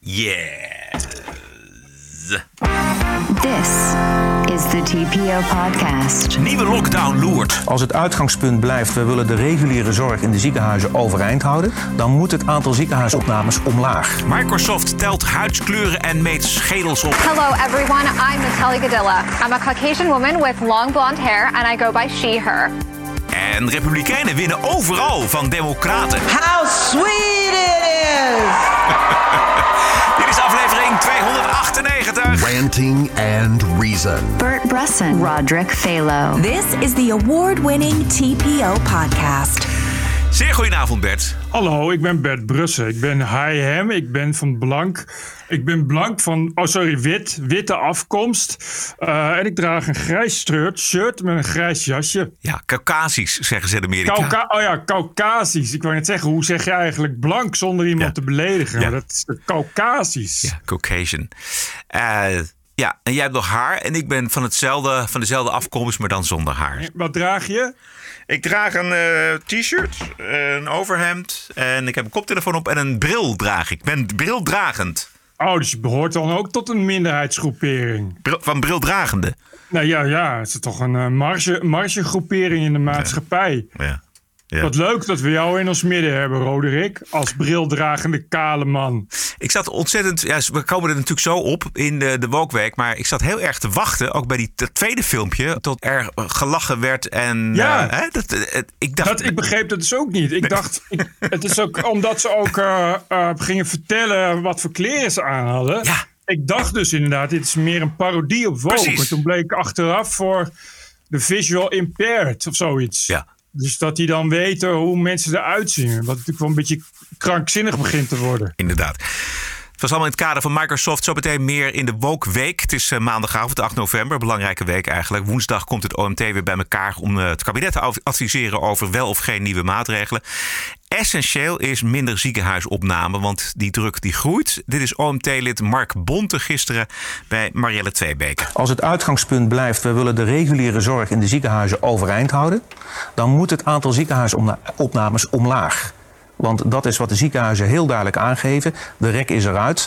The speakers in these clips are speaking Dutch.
Yes. This is the TPO podcast. Nieuwe lockdown loert. Als het uitgangspunt blijft, we willen de reguliere zorg in de ziekenhuizen overeind houden, dan moet het aantal ziekenhuisopnames omlaag. Microsoft telt huidskleuren en meet schedels op. Hello everyone, I'm Natalie Gadilla. I'm a Caucasian woman with long blonde hair and I go by she, her. En republikeinen winnen overal van democraten. How sweet it is! Dit is aflevering 298. Ranting and Reason. Bert Bresson, Roderick Phalo. This is the award-winning TPO podcast. Zeer goedenavond, Bert. Hallo, ik ben Bert Brussen. Ik ben hem. Ik ben van blank. Ik ben blank van, witte afkomst. En ik draag een grijs shirt met een grijs jasje. Ja, Caucasisch, zeggen ze in Amerika. Caucasisch. Ik wou net zeggen, hoe zeg je eigenlijk blank zonder iemand te beledigen? Ja. Dat is Caucasisch. Ja, Caucasian. Ja, en jij hebt nog haar en ik ben van dezelfde afkomst, maar dan zonder haar. Wat draag je? Ik draag een t-shirt, een overhemd en ik heb een koptelefoon op en een bril draag ik. Ik ben brildragend. Oh, dus je behoort dan ook tot een minderheidsgroepering. Van brildragende? Nou ja, het is toch een margegroepering in de maatschappij. Ja. Wat leuk dat we jou in ons midden hebben, Roderick. Als brildragende kale man. Ik zat ontzettend... Ja, we komen er natuurlijk zo op in de Woke-week. Maar ik zat heel erg te wachten, ook bij dat tweede filmpje, tot er gelachen werd. En, ja, ik begreep dat dus ook niet. Ik dacht, het is ook omdat ze ook gingen vertellen wat voor kleren ze aan hadden. Ja. Ik dacht dus inderdaad, dit is meer een parodie op Woke. Precies. En toen bleek achteraf voor de visual impaired of zoiets. Ja. Dus dat die dan weten hoe mensen eruit zien. Wat natuurlijk wel een beetje krankzinnig begint te worden. Inderdaad. Het was allemaal in het kader van Microsoft. Zo meteen meer in de Woke Week. Het is maandagavond, 8 november. Belangrijke week eigenlijk. Woensdag komt het OMT weer bij elkaar om het kabinet te adviseren over wel of geen nieuwe maatregelen. Essentieel is minder ziekenhuisopname, want die druk die groeit. Dit is OMT-lid Mark Bonte gisteren bij Marielle Tweebeke. Als het uitgangspunt blijft, we willen de reguliere zorg in de ziekenhuizen overeind houden, dan moet het aantal ziekenhuisopnames omlaag. Want dat is wat de ziekenhuizen heel duidelijk aangeven. De rek is eruit.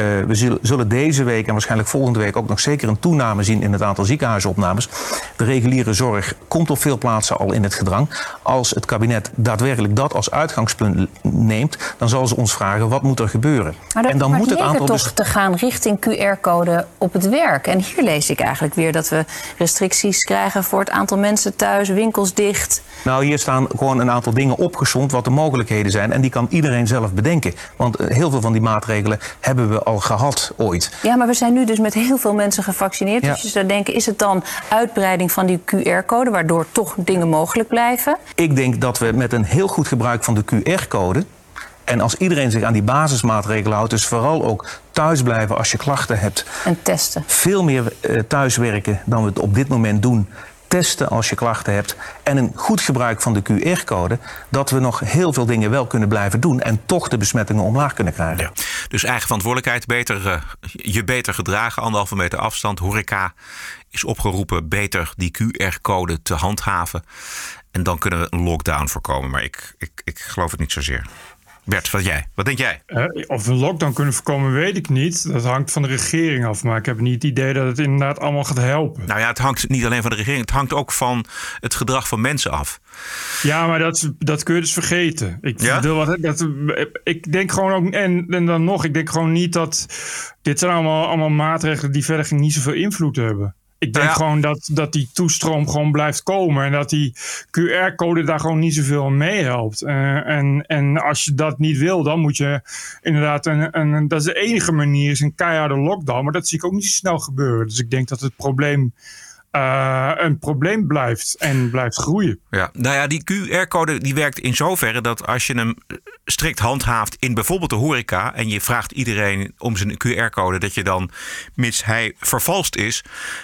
We zullen deze week en waarschijnlijk volgende week ook nog zeker een toename zien in het aantal ziekenhuisopnames. De reguliere zorg komt op veel plaatsen al in het gedrang. Als het kabinet daadwerkelijk dat als uitgangspunt neemt, dan zal ze ons vragen wat moet er gebeuren. En dan moet het aantal toch te gaan richting QR-code op het werk. En hier lees ik eigenlijk weer dat we restricties krijgen voor het aantal mensen thuis, winkels dicht. Nou, hier staan gewoon een aantal dingen opgesomd wat de mogelijkheden zijn. En die kan iedereen zelf bedenken. Want heel veel van die maatregelen hebben we al gehad ooit. Ja, maar we zijn nu dus met heel veel mensen gevaccineerd. Ja. Dus je zou denken, is het dan uitbreiding van die QR-code, waardoor toch dingen mogelijk blijven? Ik denk dat we met een heel goed gebruik van de QR-code, en als iedereen zich aan die basismaatregelen houdt, dus vooral ook thuis blijven als je klachten hebt. En testen. Veel meer thuiswerken dan we het op dit moment doen. Testen als je klachten hebt en een goed gebruik van de QR-code, dat we nog heel veel dingen wel kunnen blijven doen en toch de besmettingen omlaag kunnen krijgen. Ja. Dus eigen verantwoordelijkheid, je beter gedragen, 1,5 meter afstand. Horeca is opgeroepen beter die QR-code te handhaven. En dan kunnen we een lockdown voorkomen. Maar ik geloof het niet zozeer. Bert, wat denk jij? Of we een lockdown kunnen voorkomen, weet ik niet. Dat hangt van de regering af. Maar ik heb niet het idee dat het inderdaad allemaal gaat helpen. Nou ja, het hangt niet alleen van de regering. Het hangt ook van het gedrag van mensen af. Ja, maar dat kun je dus vergeten. Ik denk gewoon ook, en dan nog, ik denk gewoon niet dat dit zijn allemaal maatregelen die verder niet zoveel invloed hebben. Ik denk gewoon dat die toestroom gewoon blijft komen. En dat die QR-code daar gewoon niet zoveel aan meehelpt. En als je dat niet wil, dan moet je inderdaad dat is de enige manier, is een keiharde lockdown. Maar dat zie ik ook niet zo snel gebeuren. Dus ik denk dat het probleem een probleem blijft en blijft groeien. Ja, nou ja, die QR-code die werkt in zoverre dat als je hem strikt handhaaft in bijvoorbeeld de horeca en je vraagt iedereen om zijn QR-code, dat je dan, mits hij vervalst is,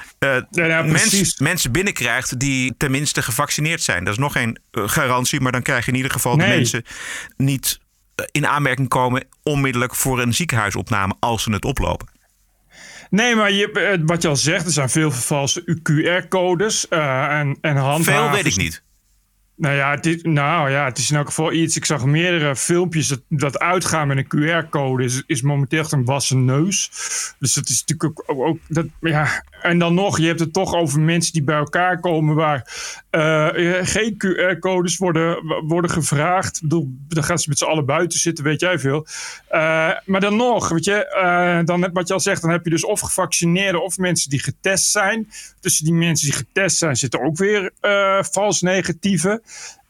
mensen binnenkrijgt die tenminste gevaccineerd zijn. Dat is nog geen garantie, maar dan krijg je in ieder geval de mensen niet in aanmerking komen onmiddellijk voor een ziekenhuisopname als ze het oplopen. Nee, maar wat je al zegt, er zijn veel vervalste QR-codes en handhavers. Veel weet ik niet. Nou ja, het is in elk geval iets. Ik zag meerdere filmpjes dat uitgaan met een QR-code is momenteel echt een wassen neus. Dus dat is natuurlijk ook dat, ja. En dan nog, je hebt het toch over mensen die bij elkaar komen waar geen QR-codes worden gevraagd. Ik bedoel, dan gaan ze met z'n allen buiten zitten, weet jij veel. Maar dan nog, weet je, dan wat je al zegt, dan heb je dus of gevaccineerden of mensen die getest zijn. Tussen die mensen die getest zijn zitten ook weer vals negatieve.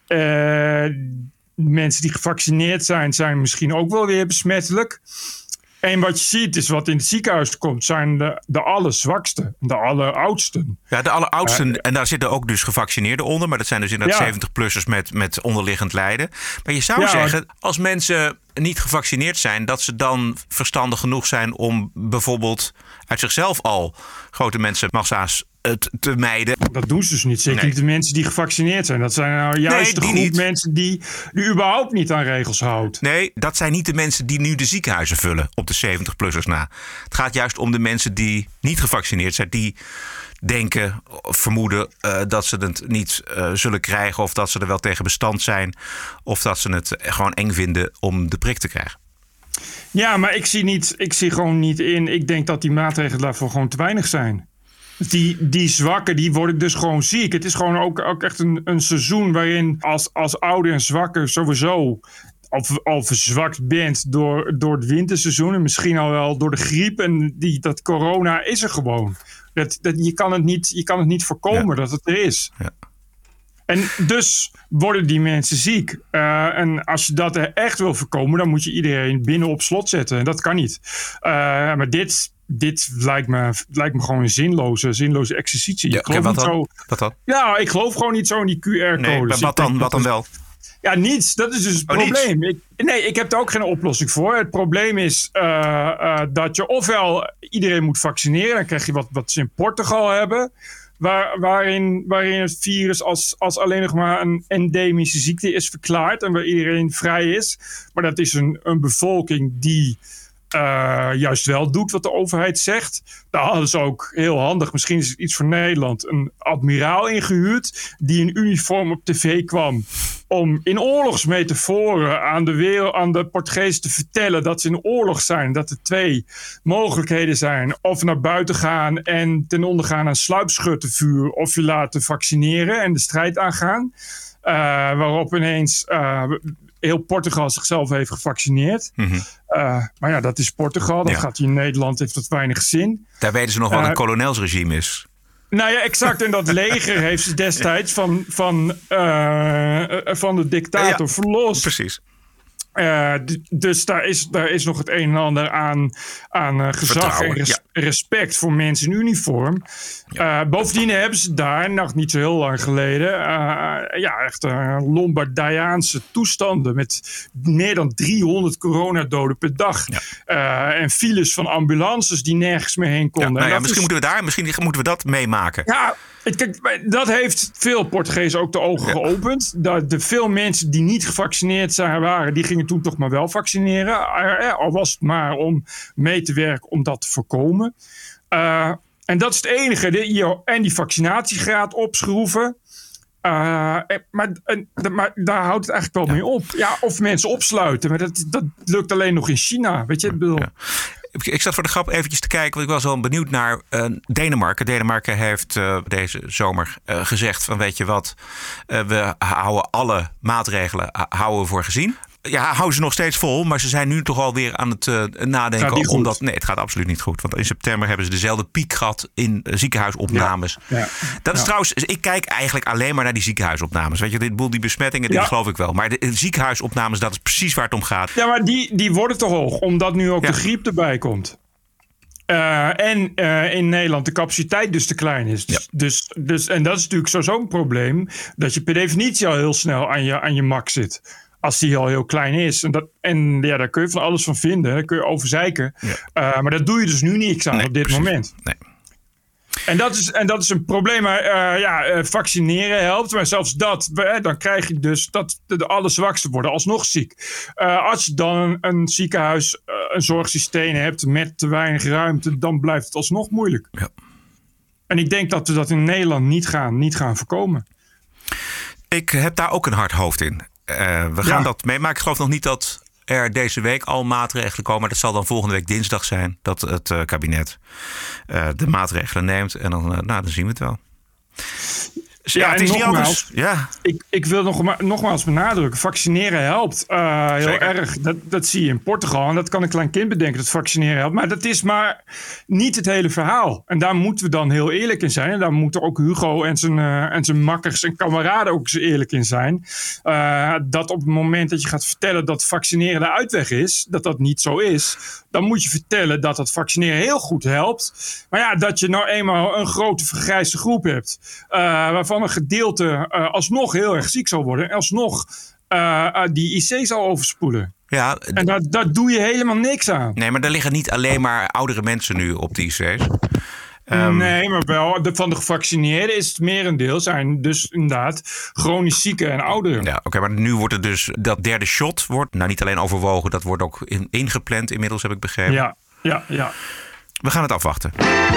Mensen die gevaccineerd zijn misschien ook wel weer besmettelijk. En wat je ziet is wat in het ziekenhuis komt, zijn de allerzwakste, de alleroudsten. Ja, de alleroudsten. En daar zitten ook dus gevaccineerden onder. Maar dat zijn dus inderdaad 70-plussers met onderliggend lijden. Maar je zou zeggen, als mensen niet gevaccineerd zijn, dat ze dan verstandig genoeg zijn om bijvoorbeeld uit zichzelf al grote mensenmassa's te mijden. Dat doen ze dus niet. Zeker niet de mensen die gevaccineerd zijn. Dat zijn nou juist de groep mensen die überhaupt niet aan regels houdt. Nee, dat zijn niet de mensen die nu de ziekenhuizen vullen op de 70-plussers na. Het gaat juist om de mensen die niet gevaccineerd zijn. Die denken of vermoeden dat ze het niet zullen krijgen. Of dat ze er wel tegen bestand zijn. Of dat ze het gewoon eng vinden om de prik te krijgen. Ja, maar ik zie gewoon niet in. Ik denk dat die maatregelen daarvoor gewoon te weinig zijn. Die zwakken, die worden dus gewoon ziek. Het is gewoon ook echt een seizoen waarin als ouder en zwakker sowieso al verzwakt bent door het winterseizoen. En misschien al wel door de griep. En dat corona is er gewoon. Je kan het niet voorkomen dat het er is. Ja. En dus worden die mensen ziek. En als je dat echt wil voorkomen, dan moet je iedereen binnen op slot zetten. En dat kan niet. Maar dit lijkt me gewoon een zinloze exercitie. Ja, wat dan? Ja, ik geloof gewoon niet zo in die QR-codes. Nee, wat dan wel? Ja, niets. Dat is dus het probleem. Ik heb daar ook geen oplossing voor. Het probleem is dat je ofwel iedereen moet vaccineren. Dan krijg je wat ze in Portugal hebben. Waarin het virus als alleen nog maar een endemische ziekte is verklaard. En waar iedereen vrij is. Maar dat is een bevolking die juist wel doet wat de overheid zegt. Daar hadden ze ook heel handig, misschien is het iets voor Nederland, een admiraal ingehuurd die in uniform op tv kwam om in oorlogsmetaforen aan de Portugezen te vertellen dat ze in oorlog zijn. Dat er 2 mogelijkheden zijn. Of naar buiten gaan en ten onder gaan aan sluipschuttenvuur, of je laten vaccineren en de strijd aangaan. Waarop ineens heel Portugal zichzelf heeft gevaccineerd. Mm-hmm. Maar ja, dat is Portugal. Dat gaat hier in Nederland, heeft dat weinig zin. Daar weten ze nog wat een kolonelsregime is. Nou ja, exact. En dat leger heeft ze destijds van de dictator verlost. Precies. Dus daar is nog het een en ander aan gezag en respect voor mensen in uniform. Ja. Bovendien hebben ze daar, nog niet zo heel lang geleden, echt Lombardiaanse toestanden met meer dan 300 coronadoden per dag. Ja. En files van ambulances die nergens meer heen konden. Ja, misschien moeten we dat meemaken. Ja. Kijk, dat heeft veel Portugezen ook de ogen geopend. Veel mensen die niet gevaccineerd waren, die gingen toen toch maar wel vaccineren. Al was het maar om mee te werken om dat te voorkomen. En dat is het enige. En die vaccinatiegraad opschroeven. Maar daar houdt het eigenlijk wel mee op. Ja, of mensen opsluiten. Maar dat lukt alleen nog in China. Weet je, ik bedoel. Ja. Ik zat voor de grap eventjes te kijken, want ik was wel benieuwd naar Denemarken. Denemarken heeft deze zomer gezegd van weet je wat, we houden alle maatregelen voor gezien. Ja, houden ze nog steeds vol, maar ze zijn nu toch alweer aan het nadenken. Nee, het gaat absoluut niet goed. Want in september hebben ze dezelfde piek gehad in ziekenhuisopnames. Ja. Dat is trouwens, ik kijk eigenlijk alleen maar naar die ziekenhuisopnames. Weet je, die besmettingen, die geloof ik wel. Maar de ziekenhuisopnames, dat is precies waar het om gaat. Ja, maar die worden te hoog, omdat nu ook de griep erbij komt. En in Nederland de capaciteit dus te klein is. Dus, en dat is natuurlijk zo'n probleem, dat je per definitie al heel snel aan je max zit. Als die al heel klein is. En daar kun je van alles van vinden. Daar kun je over zeiken. Ja. Maar dat doe je dus nu niks aan op dit moment. Nee. En dat is een probleem. Maar vaccineren helpt. Maar zelfs dat, dan krijg je dus dat de allerzwakste worden alsnog ziek. Als je dan een ziekenhuis, een zorgsysteem hebt met te weinig ruimte, dan blijft het alsnog moeilijk. Ja. En ik denk dat we dat in Nederland niet gaan voorkomen. Ik heb daar ook een hard hoofd in. We gaan dat meemaken. Ik geloof nog niet dat er deze week al maatregelen komen. Dat zal dan volgende week dinsdag zijn dat het kabinet de maatregelen neemt. En dan zien we het wel. Ja, het is niet anders. Ja. Ik wil nogmaals benadrukken. Vaccineren helpt heel erg. Dat zie je in Portugal. En dat kan een klein kind bedenken dat vaccineren helpt. Maar dat is maar niet het hele verhaal. En daar moeten we dan heel eerlijk in zijn. En daar moeten ook Hugo en zijn makkers en kameraden ook eens eerlijk in zijn. Dat op het moment dat je gaat vertellen dat vaccineren de uitweg is. Dat niet zo is. Dan moet je vertellen dat dat vaccineren heel goed helpt. Maar ja, dat je nou eenmaal een grote vergrijsde groep hebt. Waarvan een gedeelte alsnog heel erg ziek zal worden. En alsnog die IC zal overspoelen. Ja, en daar doe je helemaal niks aan. Nee, maar er liggen niet alleen maar oudere mensen nu op de IC's. Nee, maar wel van de gevaccineerden is het merendeel zijn dus inderdaad chronisch zieken en ouderen. Ja, oké, maar nu wordt het dus dat derde shot wordt niet alleen overwogen, dat wordt ook ingepland inmiddels, heb ik begrepen. Ja. We gaan het afwachten.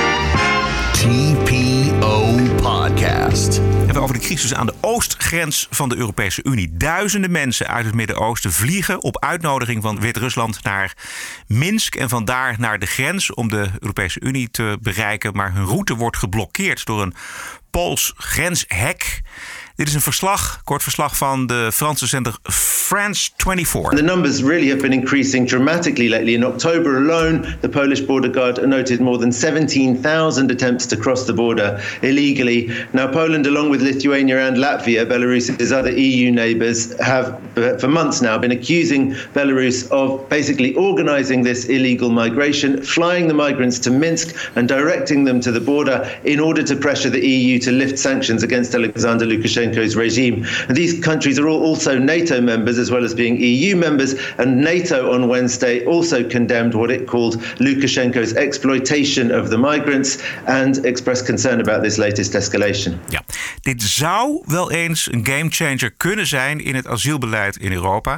TPO Podcast. Even over de crisis aan de oostgrens van de Europese Unie. Duizenden mensen uit het Midden-Oosten vliegen op uitnodiging van Wit-Rusland naar Minsk en vandaar naar de grens om de Europese Unie te bereiken. Maar hun route wordt geblokkeerd door een Pools grenshek. Dit is een kort verslag van de Franse zender France 24. The numbers really have been increasing dramatically lately. In October alone, the Polish border guard noted more than 17,000 attempts to cross the border illegally. Now, Poland, along with Lithuania and Latvia, Belarus's other EU neighbours, have for months now been accusing Belarus of basically organising this illegal migration, flying the migrants to Minsk and directing them to the border in order to pressure the EU to lift sanctions against Alexander Lukashenko's regime. And these countries are also NATO members as well as being EU members, and NATO on Wednesday also condemned what it called Lukashenko's exploitation of the migrants and expressed concern about this latest escalation. Ja, dit zou wel eens een gamechanger kunnen zijn in het asielbeleid in Europa.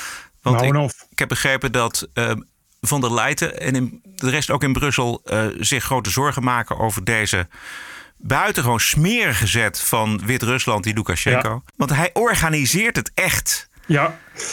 Want ik heb begrepen dat Von der Leyen en de rest ook in Brussel zich grote zorgen maken over deze buitengewoon smerige zet van Wit-Rusland, die Lukashenko. Ja. Want hij organiseert het echt. Ja,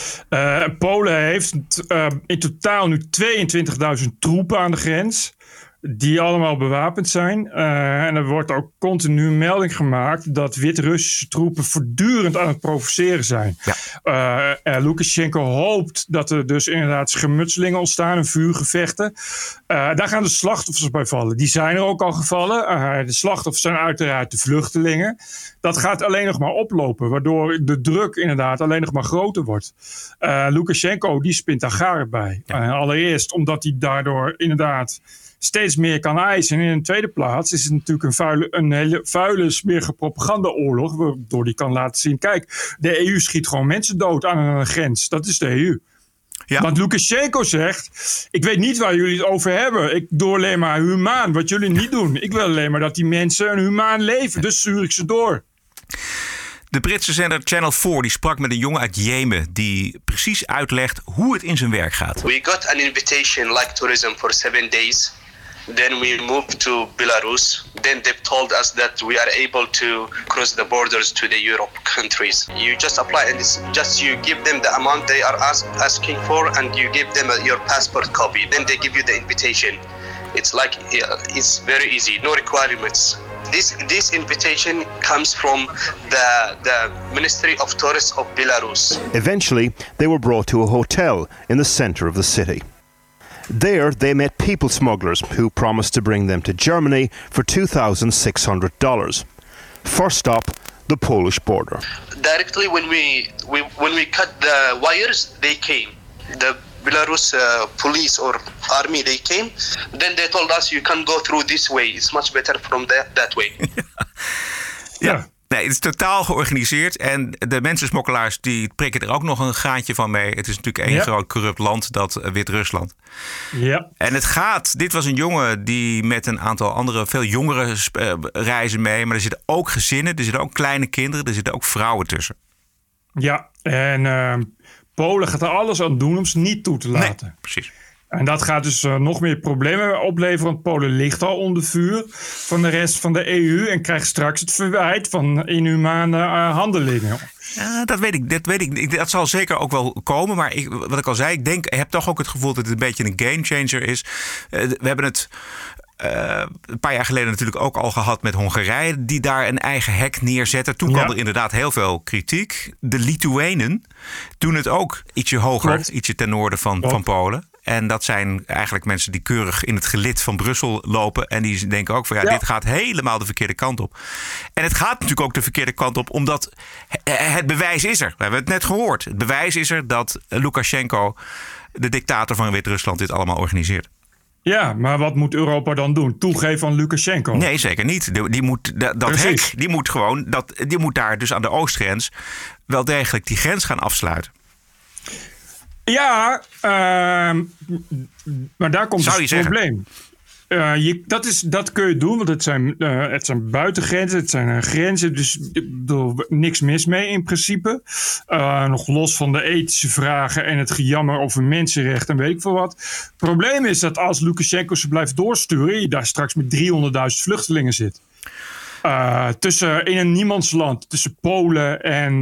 Polen heeft in totaal nu 22.000 troepen aan de grens. Die allemaal bewapend zijn. En er wordt ook continu melding gemaakt dat Wit-Russische troepen voortdurend aan het provoceren zijn. Ja. Lukashenko hoopt dat er dus inderdaad schermutselingen ontstaan en vuurgevechten. Daar gaan de slachtoffers bij vallen. Die zijn er ook al gevallen. De slachtoffers zijn uiteraard de vluchtelingen. Dat gaat alleen nog maar oplopen, waardoor de druk inderdaad alleen nog maar groter wordt. Lukashenko die spint daar garen bij. Ja. Allereerst omdat hij daardoor inderdaad steeds meer kan eisen. En in de tweede plaats is het natuurlijk een hele vuile, smerige propagandaoorlog, waardoor die kan laten zien, kijk, de EU schiet gewoon mensen dood aan een grens. Dat is de EU. Ja. Want Lukashenko zegt, ik weet niet waar jullie het over hebben. Ik doe alleen maar humaan, wat jullie niet doen. Ik wil alleen maar dat die mensen een humaan leven, dus stuur ik ze door. De Britse zender Channel 4 die sprak met een jongen uit Jemen die precies uitlegt hoe het in zijn werk gaat. We got an invitation like tourism for 7 days. Then we moved to Belarus. Then they've told us that we are able to cross the borders to the Europe countries. You just apply and it's just you give them the amount they are asking for and you give them your passport copy. Then they give you the invitation. It's like it's very easy, no requirements. This invitation comes from the Ministry of Tourism of Belarus. Eventually, they were brought to a hotel in the center of the city. There, they met people smugglers who promised to bring them to Germany for $2,600. First stop, the Polish border. Directly when we cut the wires, they came. The Belarus police or army, they came. Then they told us you can go through this way. It's much better from that way. Ja. Nee, het is totaal georganiseerd. En de mensensmokkelaars die prikken er ook nog een graantje van mee. Het is natuurlijk één groot corrupt land, dat Wit-Rusland. Ja. En het gaat. Dit was een jongen die met een aantal andere, veel jongeren reizen mee. Maar er zitten ook gezinnen, er zitten ook kleine kinderen, er zitten ook vrouwen tussen. Ja, en Polen gaat er alles aan doen om ze niet toe te laten. Nee, precies. En dat gaat dus nog meer problemen opleveren. Want Polen ligt al onder vuur van de rest van de EU. En krijgt straks het verwijt van inhumane handelingen. Ja, dat weet ik. Dat zal zeker ook wel komen. Maar wat ik al zei, ik heb toch ook het gevoel dat het een beetje een gamechanger is. We hebben het een paar jaar geleden natuurlijk ook al gehad met Hongarije, die daar een eigen hek neerzetten. Toen kwam er inderdaad heel veel kritiek. De Litouwenen doen het ook ietsje hoger, ietsje ten noorden van Polen. En dat zijn eigenlijk mensen die keurig in het gelid van Brussel lopen. En die denken ook van dit gaat helemaal de verkeerde kant op. En het gaat natuurlijk ook de verkeerde kant op, omdat het bewijs is er. We hebben het net gehoord. Het bewijs is er dat Lukashenko, de dictator van Wit-Rusland, dit allemaal organiseert. Ja, maar wat moet Europa dan doen? Toegeven aan Lukashenko? Nee, zeker niet. Die moet daar dus aan de oostgrens wel degelijk die grens gaan afsluiten. Ja, maar daar komt dus het probleem. Dat kun je doen, want het zijn buitengrenzen, het zijn grenzen, dus er niks mis mee in principe. Nog los van de ethische vragen en het gejammer over mensenrechten en weet ik veel wat. Het probleem is dat als Lukashenko ze blijft doorsturen, je daar straks met 300.000 vluchtelingen zit. In een niemandsland, tussen Polen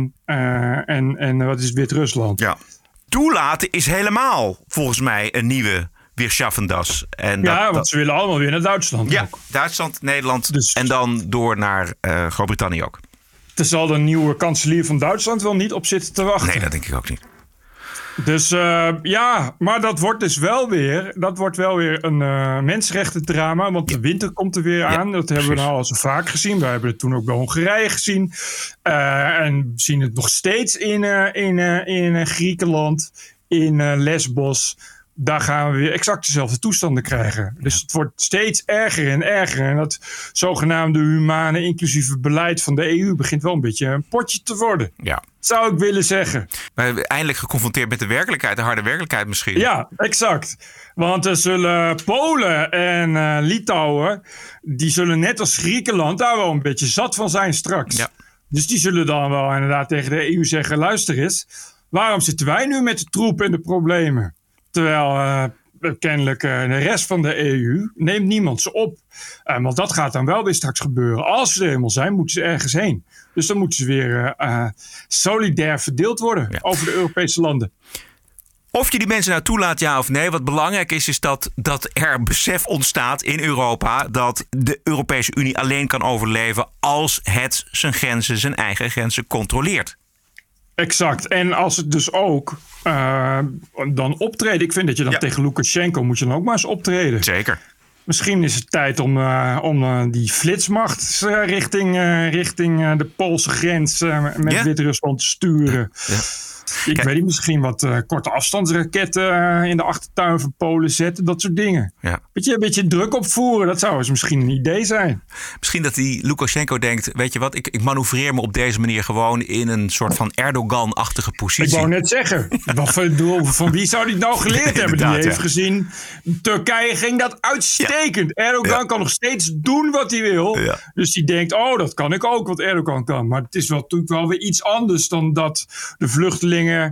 en wat is Wit-Rusland. Ja. Toelaten is helemaal volgens mij een nieuwe Weerschaffendas. Want ze willen allemaal weer naar Duitsland. Ja, ook. Duitsland, Nederland en dan door naar Groot-Brittannië ook. Er zal de nieuwe kanselier van Duitsland wel niet op zitten te wachten. Nee, dat denk ik ook niet. Dus maar dat wordt dus wel weer een mensenrechtendrama. Want de winter komt er weer aan. Dat hebben we nou al zo vaak gezien. We hebben het toen ook bij Hongarije gezien. En we zien het nog steeds in Griekenland, in Lesbos. Daar gaan we weer exact dezelfde toestanden krijgen. Dus het wordt steeds erger en erger. En dat zogenaamde humane inclusieve beleid van de EU begint wel een beetje een potje te worden. Ja. Zou ik willen zeggen. We hebben eindelijk geconfronteerd met de werkelijkheid, de harde werkelijkheid misschien. Ja, exact. Want er zullen Polen en Litouwen, die zullen net als Griekenland daar wel een beetje zat van zijn straks. Ja. Dus die zullen dan wel inderdaad tegen de EU zeggen, luister eens, waarom zitten wij nu met de troep en de problemen? Terwijl kennelijk de rest van de EU neemt niemand ze op. Want dat gaat dan wel weer straks gebeuren. Als ze er helemaal zijn, moeten ze ergens heen. Dus dan moeten ze weer solidair verdeeld worden over de Europese landen. Of je die mensen nou toelaat, ja of nee. Wat belangrijk is dat er besef ontstaat in Europa dat de Europese Unie alleen kan overleven als het zijn eigen grenzen controleert. Exact. En als het dus ook dan optreden. Ik vind dat je dan tegen Lukashenko moet je dan ook maar eens optreden. Zeker. Misschien is het tijd om die flitsmacht richting de Poolse grens met Wit-Rusland te sturen. Ja. Ik weet niet, misschien wat korte afstandsraketten in de achtertuin van Polen zetten. Dat soort dingen. Ja. Beetje druk opvoeren, dat zou eens misschien een idee zijn. Misschien dat die Lukashenko denkt, weet je wat, ik manoeuvreer me op deze manier gewoon in een soort van Erdogan-achtige positie. Ik wou net zeggen, van wie zou die nou geleerd hebben? Die heeft gezien, Turkije ging dat uitstekend. Ja. Erdogan kan nog steeds doen wat hij wil. Ja. Dus die denkt, dat kan ik ook wat Erdogan kan. Maar het is natuurlijk wel weer iets anders dan dat de vluchtelingen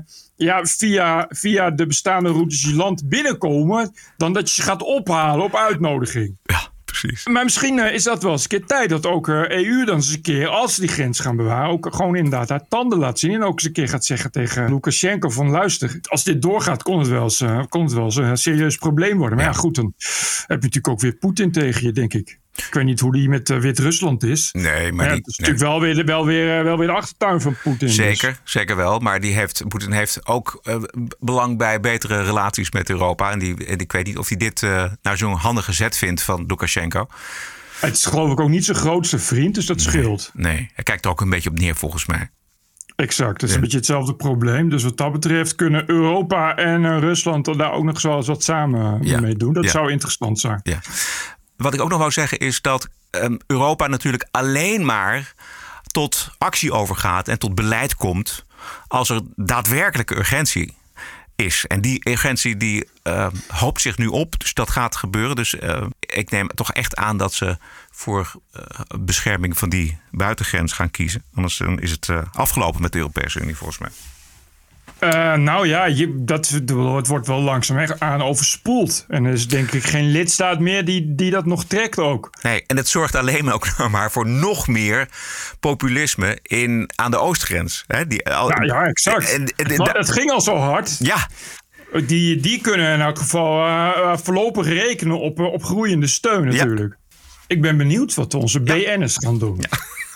via de bestaande routes je land binnenkomen, dan dat je ze gaat ophalen op uitnodiging. Ja, precies. Maar misschien is dat wel eens een keer tijd dat ook EU dan eens een keer, als ze die grens gaan bewaren, ook gewoon inderdaad haar tanden laat zien. En ook eens een keer gaat zeggen tegen Lukashenko van luister, als dit doorgaat kon het wel eens een serieus probleem worden. Maar ja goed, dan heb je natuurlijk ook weer Poetin tegen je, denk ik. Ik weet niet hoe die met Wit-Rusland is. Nee, maar het is natuurlijk wel weer de achtertuin van Poetin. Zeker wel. Maar Poetin heeft ook belang bij betere relaties met Europa. En ik weet niet of hij dit nou zo'n handige zet vindt van Lukashenko. Het is geloof ik ook niet zijn grootste vriend, dus dat scheelt. Nee, hij kijkt er ook een beetje op neer volgens mij. Exact, dat is een beetje hetzelfde probleem. Dus wat dat betreft kunnen Europa en Rusland daar ook nog zo eens wat samen mee doen. Dat zou interessant zijn. Ja. Wat ik ook nog wou zeggen is dat Europa natuurlijk alleen maar tot actie overgaat en tot beleid komt als er daadwerkelijke urgentie is. En die urgentie die hoopt zich nu op, dus dat gaat gebeuren. Dus ik neem toch echt aan dat ze voor bescherming van die buitengrens gaan kiezen. Anders is het afgelopen met de Europese Unie volgens mij. Het wordt wel langzaam aan overspoeld. En er is denk ik geen lidstaat meer die dat nog trekt ook. Nee, en het zorgt alleen maar voor nog meer populisme aan de oostgrens. Hè? Exact. Het ging al zo hard. Ja. Die kunnen in elk geval voorlopig rekenen op groeiende steun natuurlijk. Ja. Ik ben benieuwd wat onze BN'ers gaan doen. Ja.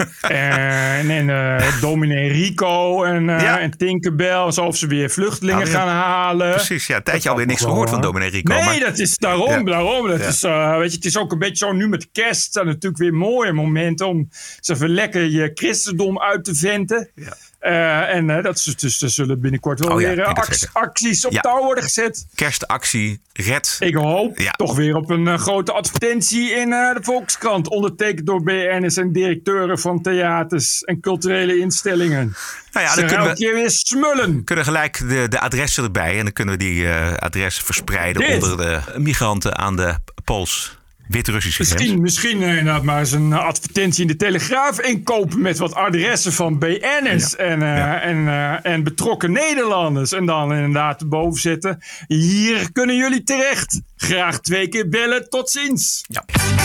En dominee Rico en Tinkerbell, alsof ze weer vluchtelingen gaan halen. Precies, een tijdje alweer niks gehoord van dominee Rico. Nee, dat is daarom. Dat is, het is ook een beetje zo nu met kerst. Dat natuurlijk weer mooie momenten om eens even lekker je christendom uit te venten. Ja. Er zullen binnenkort wel weer acties op touw worden gezet. Kerstactie, red. Ik hoop toch weer op een grote advertentie in de Volkskrant. Ondertekend door BN'ers en directeuren van theaters en culturele instellingen. Nou ja, dan kunnen we keer weer smullen. Kunnen gelijk de adressen erbij. En dan kunnen we die adressen verspreiden onder de migranten aan de Pools-Wit-Russische grens. Misschien inderdaad maar eens een advertentie in de Telegraaf inkopen met wat adressen van BN'ers en betrokken Nederlanders. En dan inderdaad boven zetten. Hier kunnen jullie terecht. Graag 2 keer bellen. Tot ziens. Ja.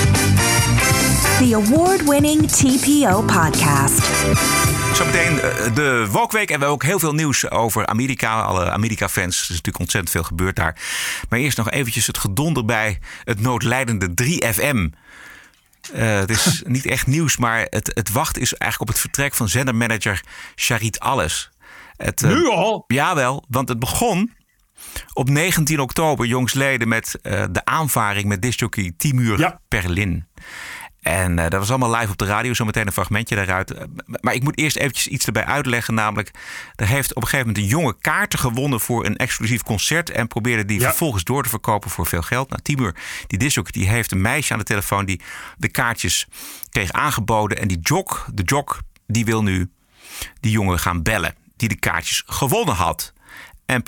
The award-winning TPO podcast. Zometeen de Woke Week en we hebben ook heel veel nieuws over Amerika. Alle Amerika-fans, er is natuurlijk ontzettend veel gebeurd daar. Maar eerst nog eventjes het gedonder bij het noodlijdende 3FM. Het is niet echt nieuws, maar het wacht is eigenlijk op het vertrek van zendermanager Charit Alles. Nu al? Jawel, want het begon op 19 oktober jongstleden met de aanvaring met discjockey Timur Perlin. En dat was allemaal live op de radio, zometeen een fragmentje daaruit. Maar ik moet eerst eventjes iets erbij uitleggen. Namelijk, er heeft op een gegeven moment een jonge kaarten gewonnen voor een exclusief concert. En probeerde die vervolgens door te verkopen voor veel geld. Nou, Timur, die discjockey, die heeft een meisje aan de telefoon die de kaartjes kreeg aangeboden. En de jock, die wil nu die jongen gaan bellen. Die de kaartjes gewonnen had. En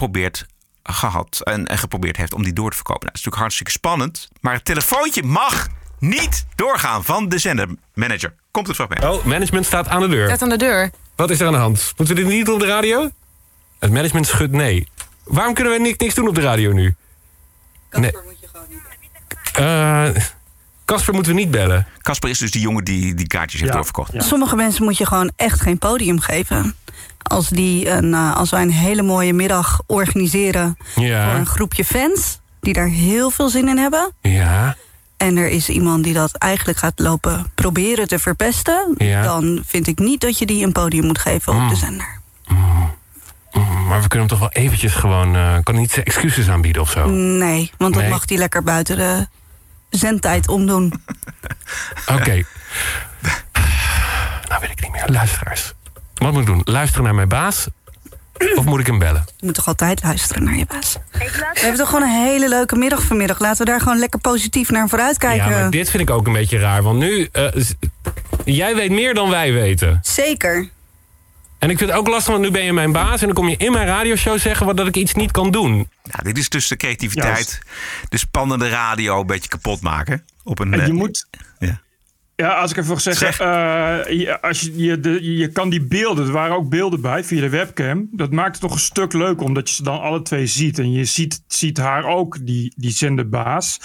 geprobeerd heeft om die door te verkopen. Nou, dat is natuurlijk hartstikke spannend. Maar het telefoontje mag niet doorgaan van de zendermanager. Komt het fragment. Oh, management staat aan de deur. Staat aan de deur. Wat is er aan de hand? Moeten we dit niet doen op de radio? Het management schudt nee. Waarom kunnen we niks doen op de radio nu? Casper moet je gewoon niet bellen. Casper moeten we niet bellen. Casper is dus die jongen die kaartjes heeft doorverkocht. Ja. Sommige mensen moet je gewoon echt geen podium geven. Als wij een hele mooie middag organiseren voor een groepje fans die daar heel veel zin in hebben. Ja. En er is iemand die dat eigenlijk gaat lopen proberen te verpesten. Ja. Dan vind ik niet dat je die een podium moet geven op de zender. Maar we kunnen hem toch wel eventjes gewoon... kan niet excuses aanbieden of zo? Nee, want dat mag hij lekker buiten de zendtijd omdoen. Oké. Nou weet ik niet meer. Luisteraars. Wat moet ik doen? Luisteren naar mijn baas? Of moet ik hem bellen? Je moet toch altijd luisteren naar je baas? We hebben toch gewoon een hele leuke middag vanmiddag. Laten we daar gewoon lekker positief naar vooruit kijken. Ja, maar dit vind ik ook een beetje raar. Want nu, jij weet meer dan wij weten. Zeker. En ik vind het ook lastig, want nu ben je mijn baas... en dan kom je in mijn radioshow zeggen dat ik iets niet kan doen. Nou, dit is dus de creativiteit, de spannende radio een beetje kapot maken. En je moet... Ja, als ik even mag zeggen, je kan die beelden, er waren ook beelden bij via de webcam. Dat maakt het nog een stuk leuker, omdat je ze dan alle twee ziet. En je ziet haar ook, die zenderbaas.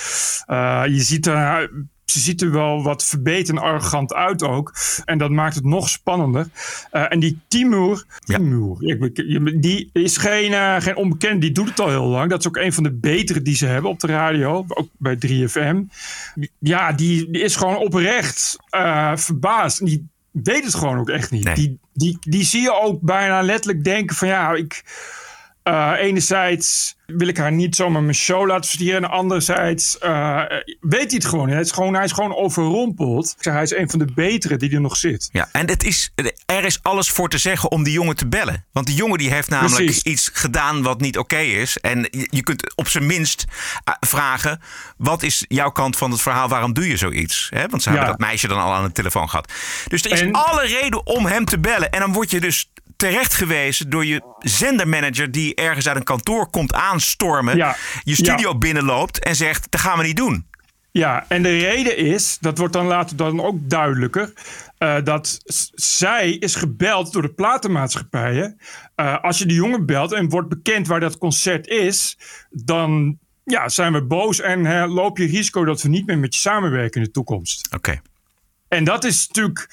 Ze ziet er wel wat verbeten en arrogant uit ook. En dat maakt het nog spannender. En die Timur, die is geen onbekend. Die doet het al heel lang. Dat is ook een van de betere die ze hebben op de radio. Ook bij 3FM. Ja, die is gewoon oprecht verbaasd. Die weet het gewoon ook echt niet. Nee. Die zie je ook bijna letterlijk denken van enerzijds wil ik haar niet zomaar mijn show laten verdienen. En anderzijds weet hij het gewoon. Hij is gewoon overrompeld. Hij is een van de betere die er nog zit. Ja, en er is alles voor te zeggen om die jongen te bellen. Want die jongen die heeft namelijk iets gedaan wat niet oké is. En je kunt op zijn minst vragen... wat is jouw kant van het verhaal? Waarom doe je zoiets? Want ze hebben dat meisje dan al aan de telefoon gehad. Dus er is alle reden om hem te bellen. En dan word je dus terecht gewezen door je zendermanager... die ergens uit een kantoor komt aanstormen... je studio binnenloopt en zegt, dat gaan we niet doen. Ja, en de reden is, dat wordt dan later dan ook duidelijker, dat zij is gebeld door de platenmaatschappijen. Als je de jongen belt en wordt bekend waar dat concert is, dan zijn we boos en loop je risico dat we niet meer met je samenwerken in de toekomst. Oké. En dat is natuurlijk,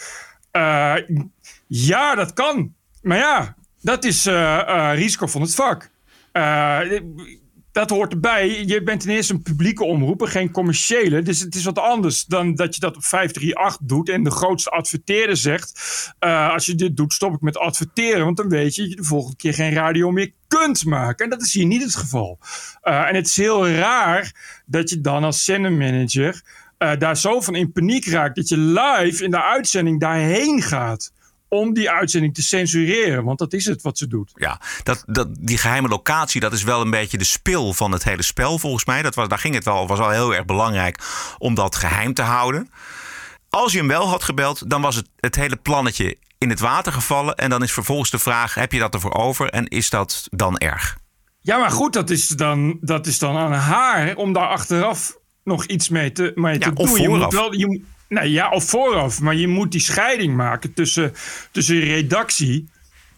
dat kan. Maar ja, dat is risico van het vak. Dat hoort erbij. Je bent ten eerste een publieke omroep, geen commerciële. Dus het is wat anders dan dat je dat op 538 doet en de grootste adverteerder zegt, als je dit doet, stop ik met adverteren. Want dan weet je dat je de volgende keer geen radio meer kunt maken. En dat is hier niet het geval. En het is heel raar dat je dan als zendermanager daar zo van in paniek raakt dat je live in de uitzending daarheen gaat om die uitzending te censureren. Want dat is het wat ze doet. Ja, die geheime locatie, dat is wel een beetje de spil van het hele spel volgens mij. Daar ging het wel, was al heel erg belangrijk om dat geheim te houden. Als je hem wel had gebeld, dan was het hele plannetje in het water gevallen. En dan is vervolgens de vraag, heb je dat ervoor over? En is dat dan erg? Ja, maar goed, dat is dan aan haar om daar achteraf nog iets mee te doen. Of vooraf. Of vooraf. Maar je moet die scheiding maken tussen je redactie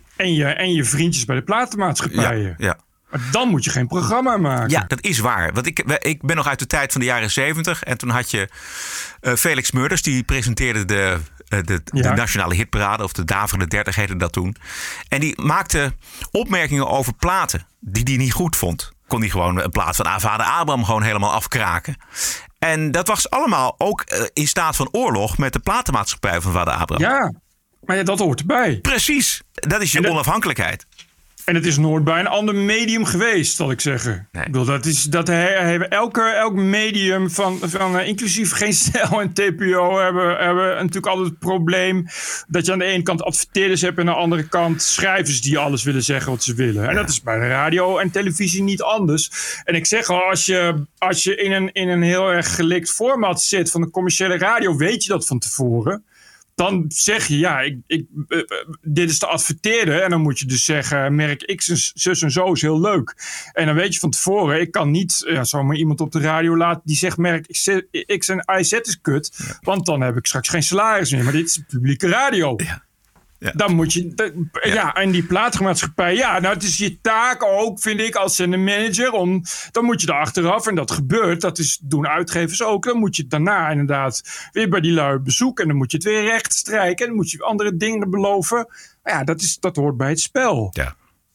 en je vriendjes bij de platenmaatschappijen. Ja. Maar dan moet je geen programma maken. Ja, dat is waar. Want ik ben nog uit de tijd van de jaren 70. En toen had je Felix Murders, die presenteerde de Nationale Hitparade, of de Daverende 30 heette dat toen. En die maakte opmerkingen over platen die hij niet goed vond. Kon hij gewoon een plaat van Vader Abraham gewoon helemaal afkraken. En dat was allemaal ook in staat van oorlog met de platenmaatschappij van Vader Abraham. Ja, maar dat hoort erbij. Precies, dat is je onafhankelijkheid. En het is nooit bij een ander medium geweest, zal ik zeggen. Nee. Ik bedoel, elk medium van inclusief Geen Stijl en TPO hebben natuurlijk altijd het probleem dat je aan de ene kant adverteerders hebt en aan de andere kant schrijvers die alles willen zeggen wat ze willen. Ja. En dat is bij de radio en televisie niet anders. En ik zeg al, als je in een heel erg gelikt format zit van de commerciële radio, weet je dat van tevoren. Dan zeg je, dit is de adverteerder. En dan moet je dus zeggen, merk X en zus en zo is heel leuk. En dan weet je van tevoren, ik kan niet zomaar iemand op de radio laten die zegt, merk X en IZ is kut. Ja. Want dan heb ik straks geen salaris meer. Maar dit is publieke radio. Ja. Ja. Dan moet je, en die platenmaatschappij, het is je taak ook, vind ik, als manager, dan moet je er achteraf, en dat gebeurt, doen uitgevers ook, dan moet je het daarna inderdaad weer bij die lui bezoeken, en dan moet je het weer recht strijken, en dan moet je andere dingen beloven. Maar ja, dat hoort bij het spel. Ja.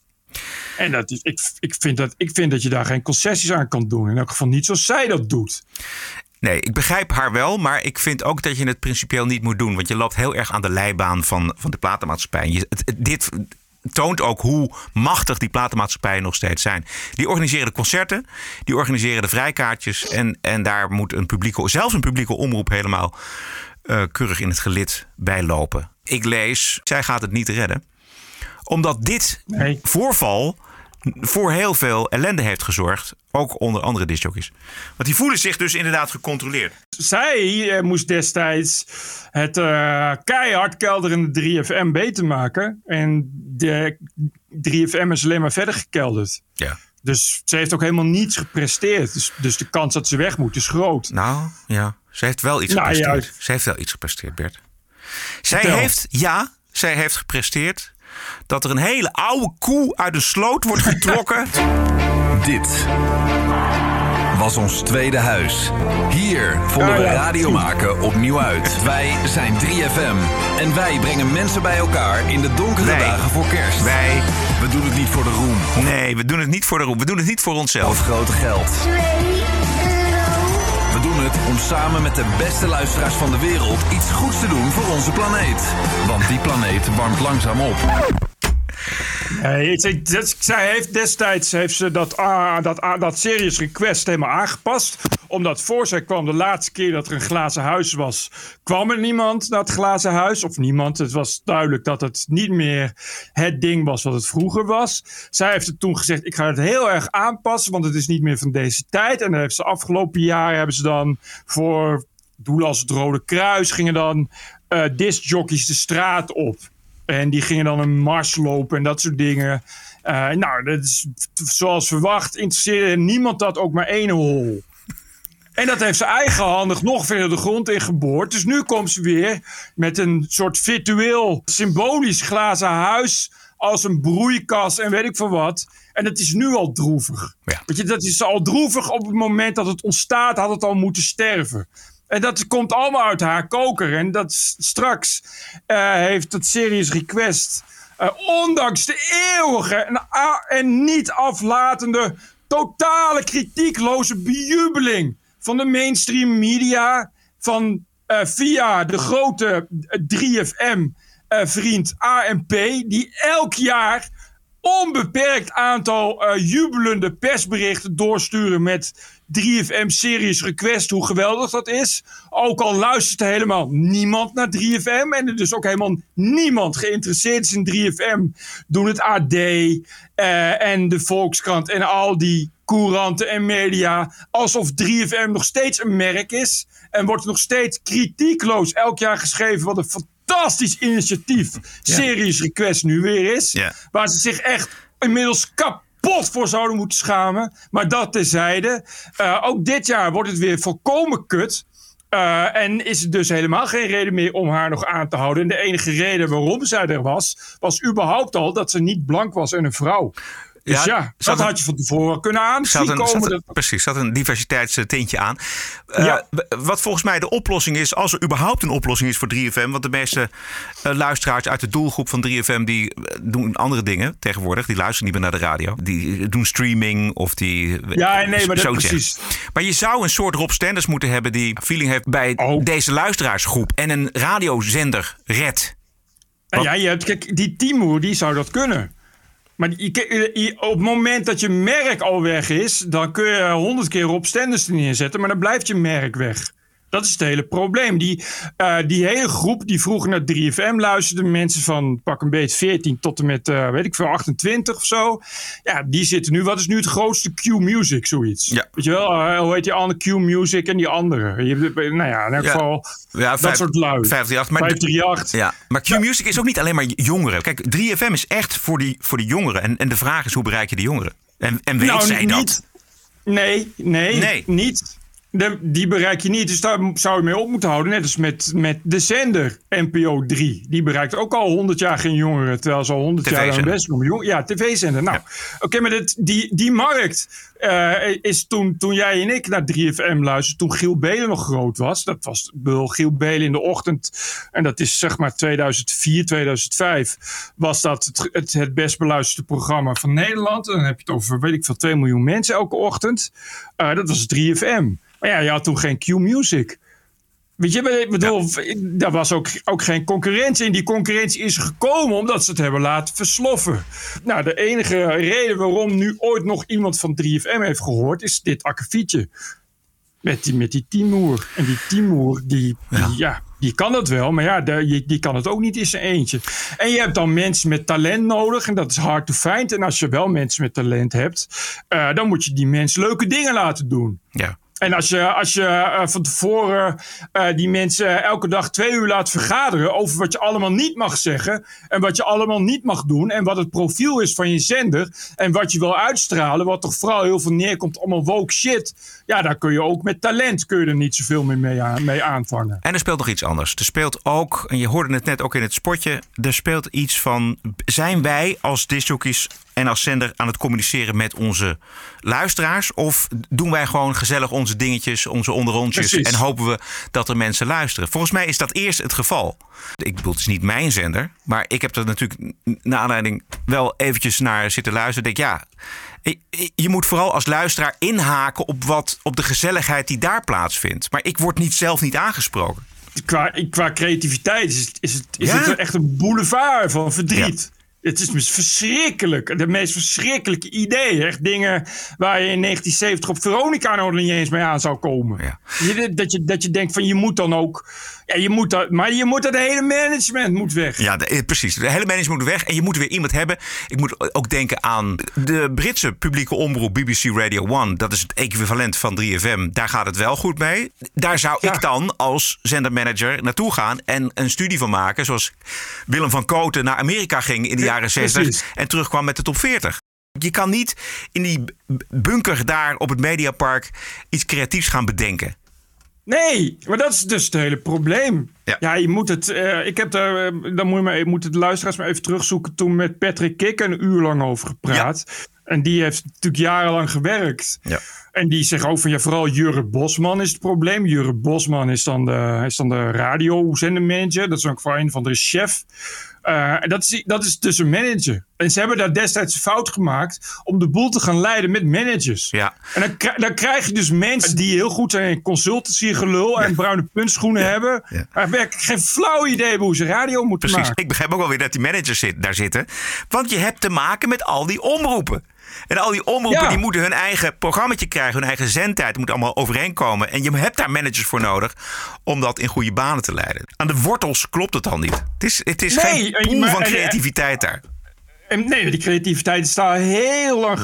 En ik vind dat je daar geen concessies aan kan doen, in elk geval niet zoals zij dat doet. Nee, ik begrijp haar wel, maar ik vind ook dat je het principieel niet moet doen. Want je loopt heel erg aan de leibaan van de platenmaatschappij. Dit toont ook hoe machtig die platenmaatschappijen nog steeds zijn. Die organiseren de concerten, die organiseren de vrijkaartjes. En daar moet zelfs een publieke omroep helemaal keurig in het gelid bij lopen. Ik lees, zij gaat het niet redden. Omdat dit voorval voor heel veel ellende heeft gezorgd. Ook onder andere discjockeys. Want die voelen zich dus inderdaad gecontroleerd. Zij moest destijds het keihard kelderende 3FM beter maken. En de 3FM is alleen maar verder gekelderd. Ja. Dus ze heeft ook helemaal niets gepresteerd. Dus de kans dat ze weg moet is groot. Nou ja, ze heeft wel iets gepresteerd. Ja. Ze heeft wel iets gepresteerd, Bert. Zij heeft gepresteerd dat er een hele oude koe uit de sloot wordt getrokken. Dit was ons tweede huis. Hier vonden we radio maken opnieuw uit. Wij zijn 3FM. En wij brengen mensen bij elkaar in de donkere dagen voor kerst. We doen het niet voor de roem. Nee, we doen het niet voor de roem. We doen het niet voor onszelf. Of grote geld. We doen het om samen met de beste luisteraars van de wereld iets goeds te doen voor onze planeet. Want die planeet warmt langzaam op. Nee, zij heeft destijds dat Serious Request helemaal aangepast. Omdat voor zij kwam, de laatste keer dat er een glazen huis was, kwam er niemand naar het glazen huis. Of niemand. Het was duidelijk dat het niet meer het ding was wat het vroeger was. Zij heeft het toen gezegd, ik ga het heel erg aanpassen, want het is niet meer van deze tijd. En dan heeft ze afgelopen jaren hebben ze dan voor doelen als het Rode Kruis gingen dan discjockeys de straat op. En die gingen dan een mars lopen en dat soort dingen. Dat is zoals verwacht. Interesseerde niemand dat ook maar één hol. En dat heeft ze eigenhandig nog verder de grond in geboord. Dus nu komt ze weer met een soort virtueel, symbolisch glazen huis als een broeikas en weet ik veel wat. En het is nu al droevig. Ja. Weet je, dat is al droevig op het moment dat het ontstaat, had het al moeten sterven. En dat komt allemaal uit haar koker. En dat straks heeft het Serious Request, ondanks de eeuwige en niet aflatende, totale kritiekloze bejubeling van de mainstream media, van via de grote 3FM-vriend ANP, die elk jaar onbeperkt aantal jubelende persberichten doorsturen met 3FM Serious Request, hoe geweldig dat is. Ook al luistert er helemaal niemand naar 3FM en er dus ook helemaal niemand geïnteresseerd is in 3FM, doen het AD en de Volkskrant en al die couranten en media alsof 3FM nog steeds een merk is en wordt nog steeds kritiekloos elk jaar geschreven wat een fantastisch initiatief Serious Request nu weer is. Yeah. Waar ze zich echt inmiddels kapot voor zouden moeten schamen. Maar dat terzijde. Ook dit jaar wordt het weer volkomen kut. En is er dus helemaal geen reden meer om haar nog aan te houden. En de enige reden waarom zij er was überhaupt al dat ze niet blank was en een vrouw. Dus dat had je van tevoren kunnen aanzien komen. Precies, zat een diversiteitstintje aan. Wat volgens mij de oplossing is, als er überhaupt een oplossing is voor 3FM... want de meeste luisteraars uit de doelgroep van 3FM... die doen andere dingen tegenwoordig. Die luisteren niet meer naar de radio. Die doen streaming of die... Ja, nee, maar dat precies. Maar je zou een soort Rob Stenders moeten hebben... die feeling heeft bij deze luisteraarsgroep... en een radiozender redt. Ja, je hebt, kijk, die Timur, die zou dat kunnen... Maar op het moment dat je merk al weg is, dan kun je 100 keer Rob Stenders neerzetten, maar dan blijft je merk weg. Dat is het hele probleem. Die hele groep die vroeger naar 3FM luisterde, mensen van pak een beetje 14 tot en met, 28 of zo. Ja, die zitten nu, wat is nu het grootste Q-Music, zoiets? Ja. Weet je wel, hoe heet die andere Q-Music en die andere? Nou ja, in elk geval dat soort lui. 538. Ja, maar Q-Music is ook niet alleen maar jongeren. Kijk, 3FM is echt voor die jongeren. En de vraag is, hoe bereik je de jongeren? En weet zij dat? Nee, niet. Die bereik je niet, dus daar zou je mee op moeten houden. Net als met de zender NPO 3. Die bereikt ook al 100 jaar geen jongeren. Terwijl ze al 100 jaar hun best doen. Ja, tv-zender. Nou, oké, maar die markt is toen jij en ik naar 3FM luisterden, toen Giel Belen nog groot was. Dat was Giel Belen in de ochtend. En dat is zeg maar 2004, 2005. Was dat het best beluisterde programma van Nederland. En dan heb je het over, 2 miljoen mensen elke ochtend. Dat was 3FM. Maar ja, je had toen geen Q-Music. Weet je, ik bedoel, daar was ook geen concurrentie. En die concurrentie is gekomen omdat ze het hebben laten versloffen. Nou, de enige reden waarom nu ooit nog iemand van 3FM heeft gehoord, is dit akkefietje. Met die Timur. En die Timur, die kan dat wel, maar ja, die kan het ook niet in zijn eentje. En je hebt dan mensen met talent nodig en dat is hard to find. En als je wel mensen met talent hebt, dan moet je die mensen leuke dingen laten doen. Ja. En als je van tevoren die mensen elke dag 2 uur laat vergaderen over wat je allemaal niet mag zeggen en wat je allemaal niet mag doen en wat het profiel is van je zender en wat je wil uitstralen, wat toch vooral heel veel neerkomt, allemaal woke shit. Ja, daar kun je ook met talent er niet zoveel mee aanvangen. En er speelt nog iets anders. Er speelt ook, en je hoorde het net ook in het spotje, er speelt iets van, zijn wij als discjockeys en als zender aan het communiceren met onze luisteraars? Of doen wij gewoon gezellig onze dingetjes, onze onderrondjes en hopen we dat er mensen luisteren? Volgens mij is dat eerst het geval. Ik bedoel, het is niet mijn zender, maar ik heb er natuurlijk naar aanleiding wel eventjes naar zitten luisteren. Ik denk, je moet vooral als luisteraar inhaken op de gezelligheid die daar plaatsvindt. Maar ik word zelf niet aangesproken. Qua creativiteit is het echt een boulevard van verdriet. Ja. Het is verschrikkelijk. De meest verschrikkelijke ideeën. Echt dingen waar je in 1970 op Veronica nog niet eens mee aan zou komen. Ja. Dat je denkt van je moet dan ook... Ja, je moet dat hele management moet weg. Ja, precies. De hele management moet weg. En je moet weer iemand hebben. Ik moet ook denken aan de Britse publieke omroep BBC Radio 1. Dat is het equivalent van 3FM. Daar gaat het wel goed mee. Daar zou ik dan als zendermanager naartoe gaan en een studie van maken. Zoals Willem van Kooten naar Amerika ging in de jaren 60. En terugkwam met de top 40. Je kan niet in die bunker daar op het Mediapark iets creatiefs gaan bedenken. Nee, maar dat is dus het hele probleem. Ja, je moet het. Ik heb daar. Dan moet het luisteraars maar even terugzoeken. Toen met Patrick Kik een uur lang over gepraat. Ja. En die heeft natuurlijk jarenlang gewerkt. Ja. En die zegt ook van vooral Jurre Bosman is het probleem. Jurre Bosman is dan de radiozendermanager. Dat is ook voor een van de chef. En dat is dus een manager. En ze hebben daar destijds een fout gemaakt om de boel te gaan leiden met managers. Ja. En dan krijg je dus mensen die heel goed zijn in consultancy gelul en bruine puntschoenen hebben. Ja. Maar werkelijk geen flauw idee hebben hoe ze radio moeten maken. Ik begrijp ook wel weer dat die managers daar zitten. Want je hebt te maken met al die omroepen. En al die omroepen die moeten hun eigen programmaatje krijgen, hun eigen zendtijd. Het moet allemaal overeenkomen. En je hebt daar managers voor nodig om dat in goede banen te leiden. Aan de wortels klopt het dan niet. Het is geen pool van creativiteit daar. Nee, die creativiteit is daar heel lang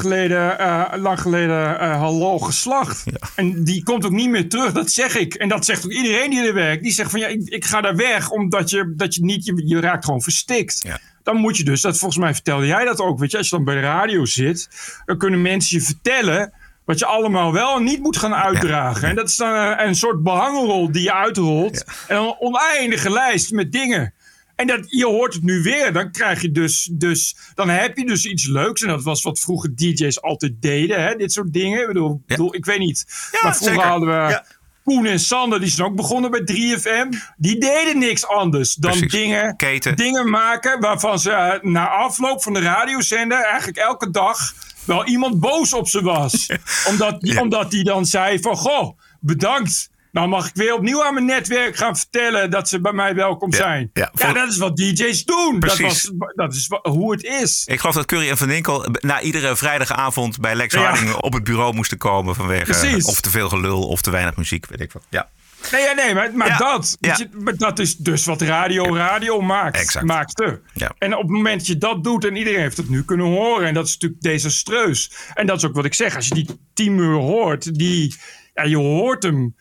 geleden hallo geslacht. Ja. En die komt ook niet meer terug, dat zeg ik. En dat zegt ook iedereen die er werkt. Die zegt van ik ga daar weg, omdat je raakt gewoon verstikt. Ja. Dan moet je dus, volgens mij vertelde jij dat ook. Weet je, als je dan bij de radio zit, dan kunnen mensen je vertellen wat je allemaal wel en niet moet gaan uitdragen. Ja. En dat is dan een soort behangenrol die je uitrolt. Ja. En een oneindige lijst met dingen. En je hoort het nu weer. Dan krijg je dan heb je dus iets leuks. En dat was wat vroeger DJ's altijd deden. Hè? Dit soort dingen. Ik bedoel, ik weet niet. Ja, maar vroeger hadden we... Ja. Koen en Sander, die zijn ook begonnen bij 3FM. Die deden niks anders dan dingen maken waarvan ze na afloop van de radiozender eigenlijk elke dag wel iemand boos op ze was. Omdat die dan zei van, goh, bedankt. Nou mag ik weer opnieuw aan mijn netwerk gaan vertellen dat ze bij mij welkom zijn. Ja, dat is wat DJ's doen. Dat is hoe het is. Ik geloof dat Curry en Van Dinkel na iedere vrijdagavond bij Lex Harding op het bureau moesten komen vanwege of te veel gelul of te weinig muziek, weet ik wat. Ja. Maar dat is dus wat radio maakte. Ja. En op het moment dat je dat doet en iedereen heeft het nu kunnen horen. En dat is natuurlijk desastreus. En dat is ook wat ik zeg. Als je die 10 uur hoort, je hoort hem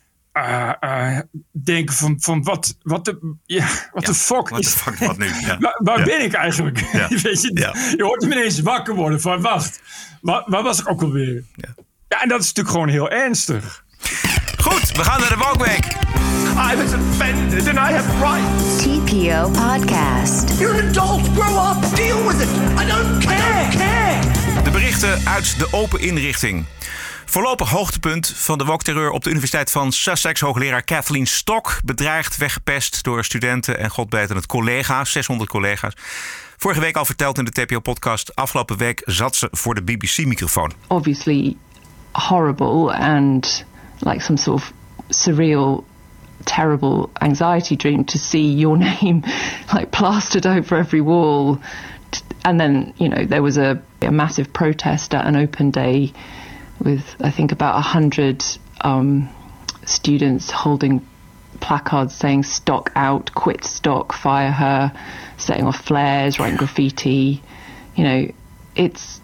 denken van wat de fuck is... Wat nu? Ja. Waar ben ik eigenlijk? Ja. Weet je hoort hem ineens wakker worden van wacht, waar was ik ook alweer? Ja, en dat is natuurlijk gewoon heel ernstig. Goed, we gaan naar de Woke-week. I was offended and I have rights. TPO Podcast. You're an adult. Grow up. Deal with it. I don't care. De berichten uit de open inrichting. Voorlopig hoogtepunt van de woke-terreur op de Universiteit van Sussex. Hoogleraar Kathleen Stock bedreigd, weggepest door studenten en god weten het collega's, 600 collega's. Vorige week al verteld in de TPO-podcast. Afgelopen week zat ze voor de BBC-microfoon. Obviously horrible and like some sort of surreal, terrible anxiety dream to see your name like plastered over every wall. And then, there was a massive protest at an open day with, I think, about 100 students holding placards saying "Stock out, quit Stock, fire her," setting off flares, writing graffiti. It's...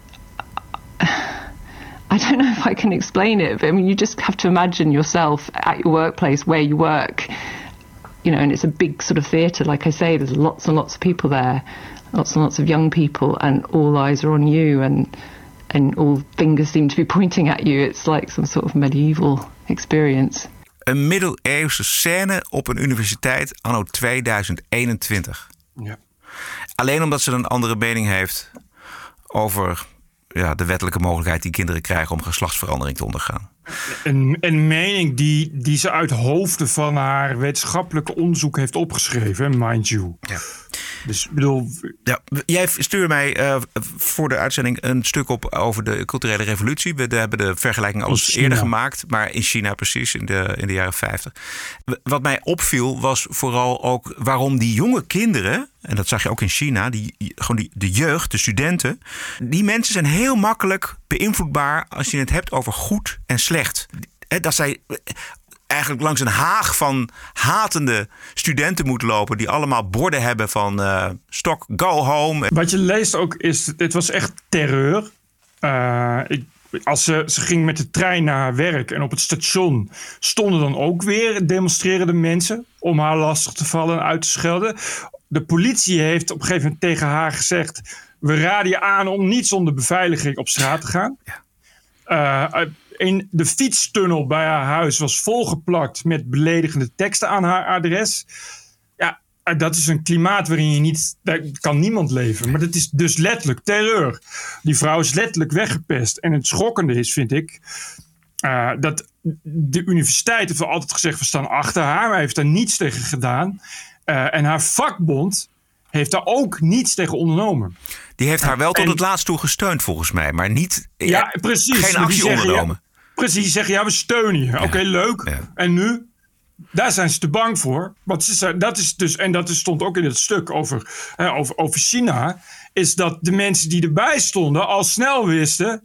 I don't know if I can explain it, but I mean, you just have to imagine yourself at your workplace where you work, and it's a big sort of theatre. Like I say, there's lots and lots of people there, lots and lots of young people, and all eyes are on you, and all fingers seem to be pointing at you. It's like some sort of medieval experience. Een middeleeuwse scène op een universiteit anno 2021. Ja. Alleen omdat ze een andere mening heeft over de wettelijke mogelijkheid die kinderen krijgen om geslachtsverandering te ondergaan. Een mening die ze uit hoofden van haar wetenschappelijke onderzoek heeft opgeschreven, mind you. Ja. Dus bedoel... Ja, jij stuurde mij voor de uitzending een stuk op over de culturele revolutie. We hebben de vergelijking al eens eerder gemaakt, maar in China precies, in de jaren 50. Wat mij opviel was vooral ook waarom die jonge kinderen, en dat zag je ook in China, de jeugd, de studenten, die mensen zijn heel makkelijk beïnvloedbaar als je het hebt over goed en slecht. Dat zij eigenlijk langs een haag van hatende studenten moeten lopen die allemaal borden hebben van Stock, go home. Wat je leest ook is, het was echt terreur. Als ze ging met de trein naar haar werk en op het station stonden dan ook weer demonstrerende mensen om haar lastig te vallen en uit te schelden. De politie heeft op een gegeven moment tegen haar gezegd we raden je aan om niet zonder beveiliging op straat te gaan. In de fietstunnel bij haar huis was volgeplakt met beledigende teksten aan haar adres. Ja, dat is een klimaat waarin daar kan niemand leven. Maar dat is dus letterlijk terreur. Die vrouw is letterlijk weggepest. En het schokkende is, vind ik, dat de universiteit heeft altijd gezegd, we staan achter haar. Maar hij heeft daar niets tegen gedaan. En haar vakbond heeft daar ook niets tegen ondernomen. Die heeft haar wel tot het laatst toe gesteund volgens mij. Maar niet, precies, geen actie ondernomen. Precies, die zeggen, we steunen je. Oké, leuk. Ja. En nu? Daar zijn ze te bang voor. Dat stond ook in het stuk over China. Is dat de mensen die erbij stonden al snel wisten,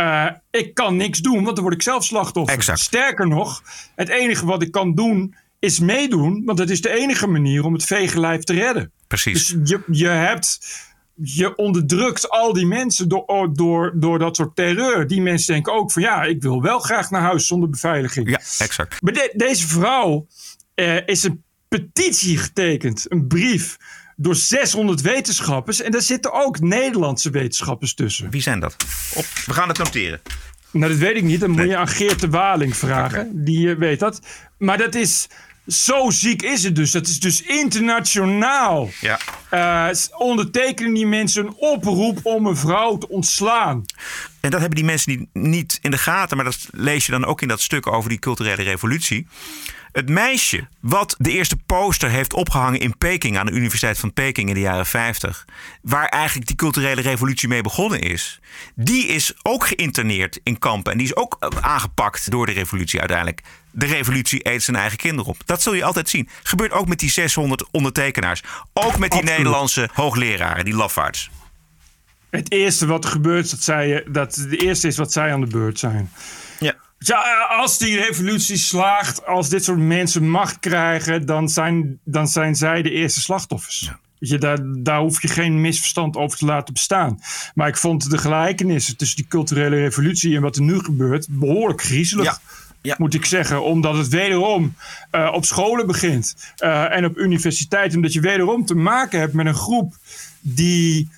ik kan niks doen, want dan word ik zelf slachtoffer. Exact. Sterker nog, het enige wat ik kan doen is meedoen, want dat is de enige manier om het vegenlijf te redden. Precies. Dus je onderdrukt al die mensen door dat soort terreur. Die mensen denken ook van ik wil wel graag naar huis zonder beveiliging. Ja, exact. Maar deze vrouw is een petitie getekend, een brief, door 600 wetenschappers. En daar zitten ook Nederlandse wetenschappers tussen. Wie zijn dat? We gaan het noteren. Nou, dat weet ik niet. Dan moet je aan Geert de Waling vragen. Okay. Die weet dat. Maar dat is... Zo ziek is het dus. Dat is dus internationaal. Ja. Ondertekenen die mensen een oproep om een vrouw te ontslaan. En dat hebben die mensen niet in de gaten. Maar dat lees je dan ook in dat stuk over die culturele revolutie. Het meisje wat de eerste poster heeft opgehangen in Peking, aan de Universiteit van Peking in de jaren 50... waar eigenlijk die culturele revolutie mee begonnen is, die is ook geïnterneerd in kampen. En die is ook aangepakt door de revolutie uiteindelijk. De revolutie eet zijn eigen kinderen op. Dat zul je altijd zien. Gebeurt ook met die 600 ondertekenaars. Ook met die Nederlandse hoogleraren, die lafaards. Het eerste wat er gebeurt, dat de eerste is wat zij aan de beurt zijn. Ja. Ja, als die revolutie slaagt, als dit soort mensen macht krijgen, dan zijn zij de eerste slachtoffers. Ja. Weet je, daar hoef je geen misverstand over te laten bestaan. Maar ik vond de gelijkenissen tussen die culturele revolutie en wat er nu gebeurt behoorlijk griezelig. Ja. Moet ik zeggen, omdat het wederom op scholen begint en op universiteiten. Omdat je wederom te maken hebt met een groep die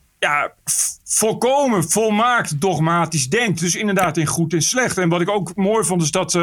volkomen volmaakt dogmatisch denkt. Dus inderdaad in goed en slecht. En wat ik ook mooi vond is dat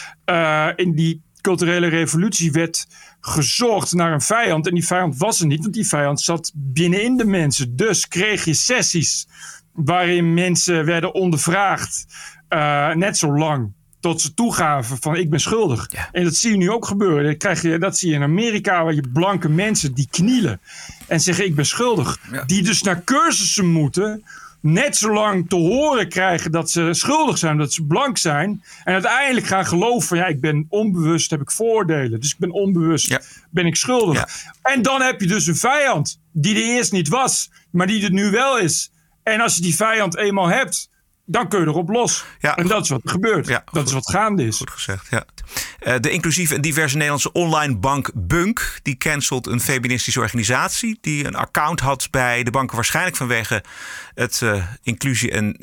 in die culturele revolutie werd gezocht naar een vijand. En die vijand was er niet, want die vijand zat binnenin de mensen. Dus kreeg je sessies waarin mensen werden ondervraagd net zo lang tot ze toegaven van ik ben schuldig. Ja. En dat zie je nu ook gebeuren. Dat zie je in Amerika, waar je blanke mensen die knielen en zeggen ik ben schuldig. Ja. Die dus naar cursussen moeten, net zo lang te horen krijgen dat ze schuldig zijn, dat ze blank zijn. En uiteindelijk gaan geloven van ik ben onbewust, heb ik voordelen. Dus ik ben onbewust, ben ik schuldig. Ja. En dan heb je dus een vijand die er eerst niet was, maar die er nu wel is. En als je die vijand eenmaal hebt, dan kun je erop los. Ja. En dat is wat er gebeurt. Ja, dat is wat gaande is. Goed gezegd, ja. De inclusieve en diverse Nederlandse online bank Bunk, die cancelt een feministische organisatie die een account had bij de banken, waarschijnlijk vanwege het inclusie- en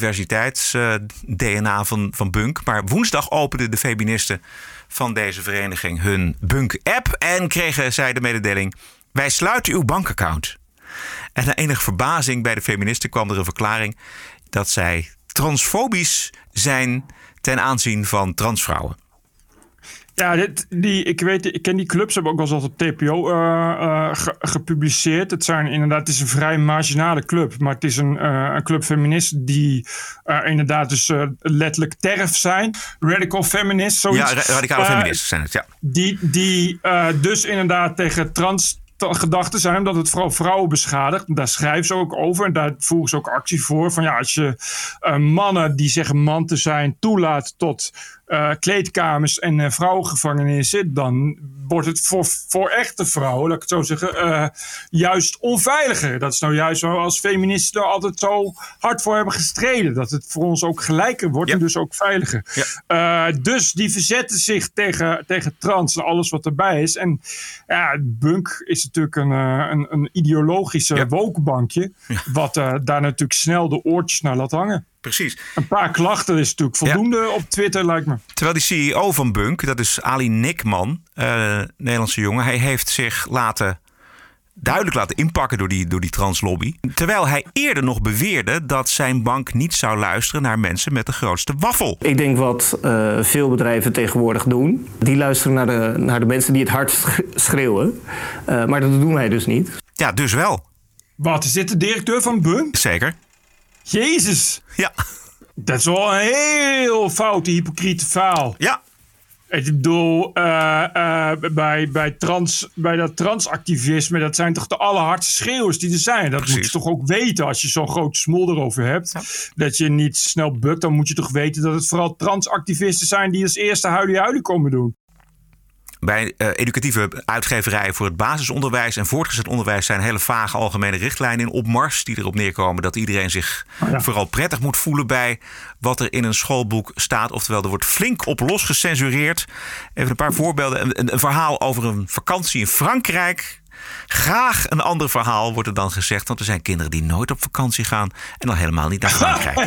diversiteits-DNA van Bunk. Maar woensdag openden de feministen van deze vereniging hun Bunk-app en kregen zij de mededeling: wij sluiten uw bankaccount. En na enige verbazing bij de feministen kwam er een verklaring dat zij transfobisch zijn ten aanzien van transvrouwen. Ja, ik ken die clubs, hebben ook wel eens op TPO gepubliceerd. Het is een vrij marginale club, maar het is een club feministen die inderdaad dus letterlijk TERF zijn. Radical feminists, zoiets. Ja, radicale feministen zijn het, ja. Die dus inderdaad tegen trans gedachten zijn, omdat het vooral vrouwen beschadigt. Daar schrijven ze ook over en daar voeren ze ook actie voor. Van als je mannen die zeggen man te zijn toelaat tot kleedkamers en vrouwengevangenissen, dan wordt het voor echte vrouwen, laat ik het zo zeggen, juist onveiliger. Dat is nou juist zo als feministen er altijd zo hard voor hebben gestreden. Dat het voor ons ook gelijker wordt en dus ook veiliger. Ja. Dus die verzetten zich tegen trans en alles wat erbij is. En Bunk is natuurlijk een ideologische wokebankje, wat daar natuurlijk snel de oortjes naar laat hangen. Precies. Een paar klachten is natuurlijk voldoende op Twitter, lijkt me. Terwijl die CEO van Bunk, dat is Ali Nikman, Nederlandse jongen, hij heeft zich laten duidelijk laten inpakken door die translobby. Terwijl hij eerder nog beweerde dat zijn bank niet zou luisteren naar mensen met de grootste waffel. Ik denk wat veel bedrijven tegenwoordig doen. Die luisteren naar de mensen die het hardst schreeuwen. Maar dat doen wij dus niet. Ja, dus wel. Wat, is dit de directeur van Bunk? Zeker. Jezus. Ja. Dat is wel een heel foute, hypocriete verhaal. Ja. Ik bedoel, bij dat transactivisme, dat zijn toch de allerhardste schreeuwers die er zijn. Dat moet je toch ook weten als je zo'n groot smol erover hebt. Ja. Dat je niet snel bukt, dan moet je toch weten dat het vooral transactivisten zijn die als eerste huilie komen doen. Bij educatieve uitgeverijen voor het basisonderwijs en voortgezet onderwijs zijn hele vage algemene richtlijnen in opmars die erop neerkomen dat iedereen zich vooral prettig moet voelen bij wat er in een schoolboek staat. Oftewel, er wordt flink op los gecensureerd. Even een paar voorbeelden. Een verhaal over een vakantie in Frankrijk. Graag een ander verhaal wordt er dan gezegd. Want er zijn kinderen die nooit op vakantie gaan. En dan helemaal niet naar Frankrijk.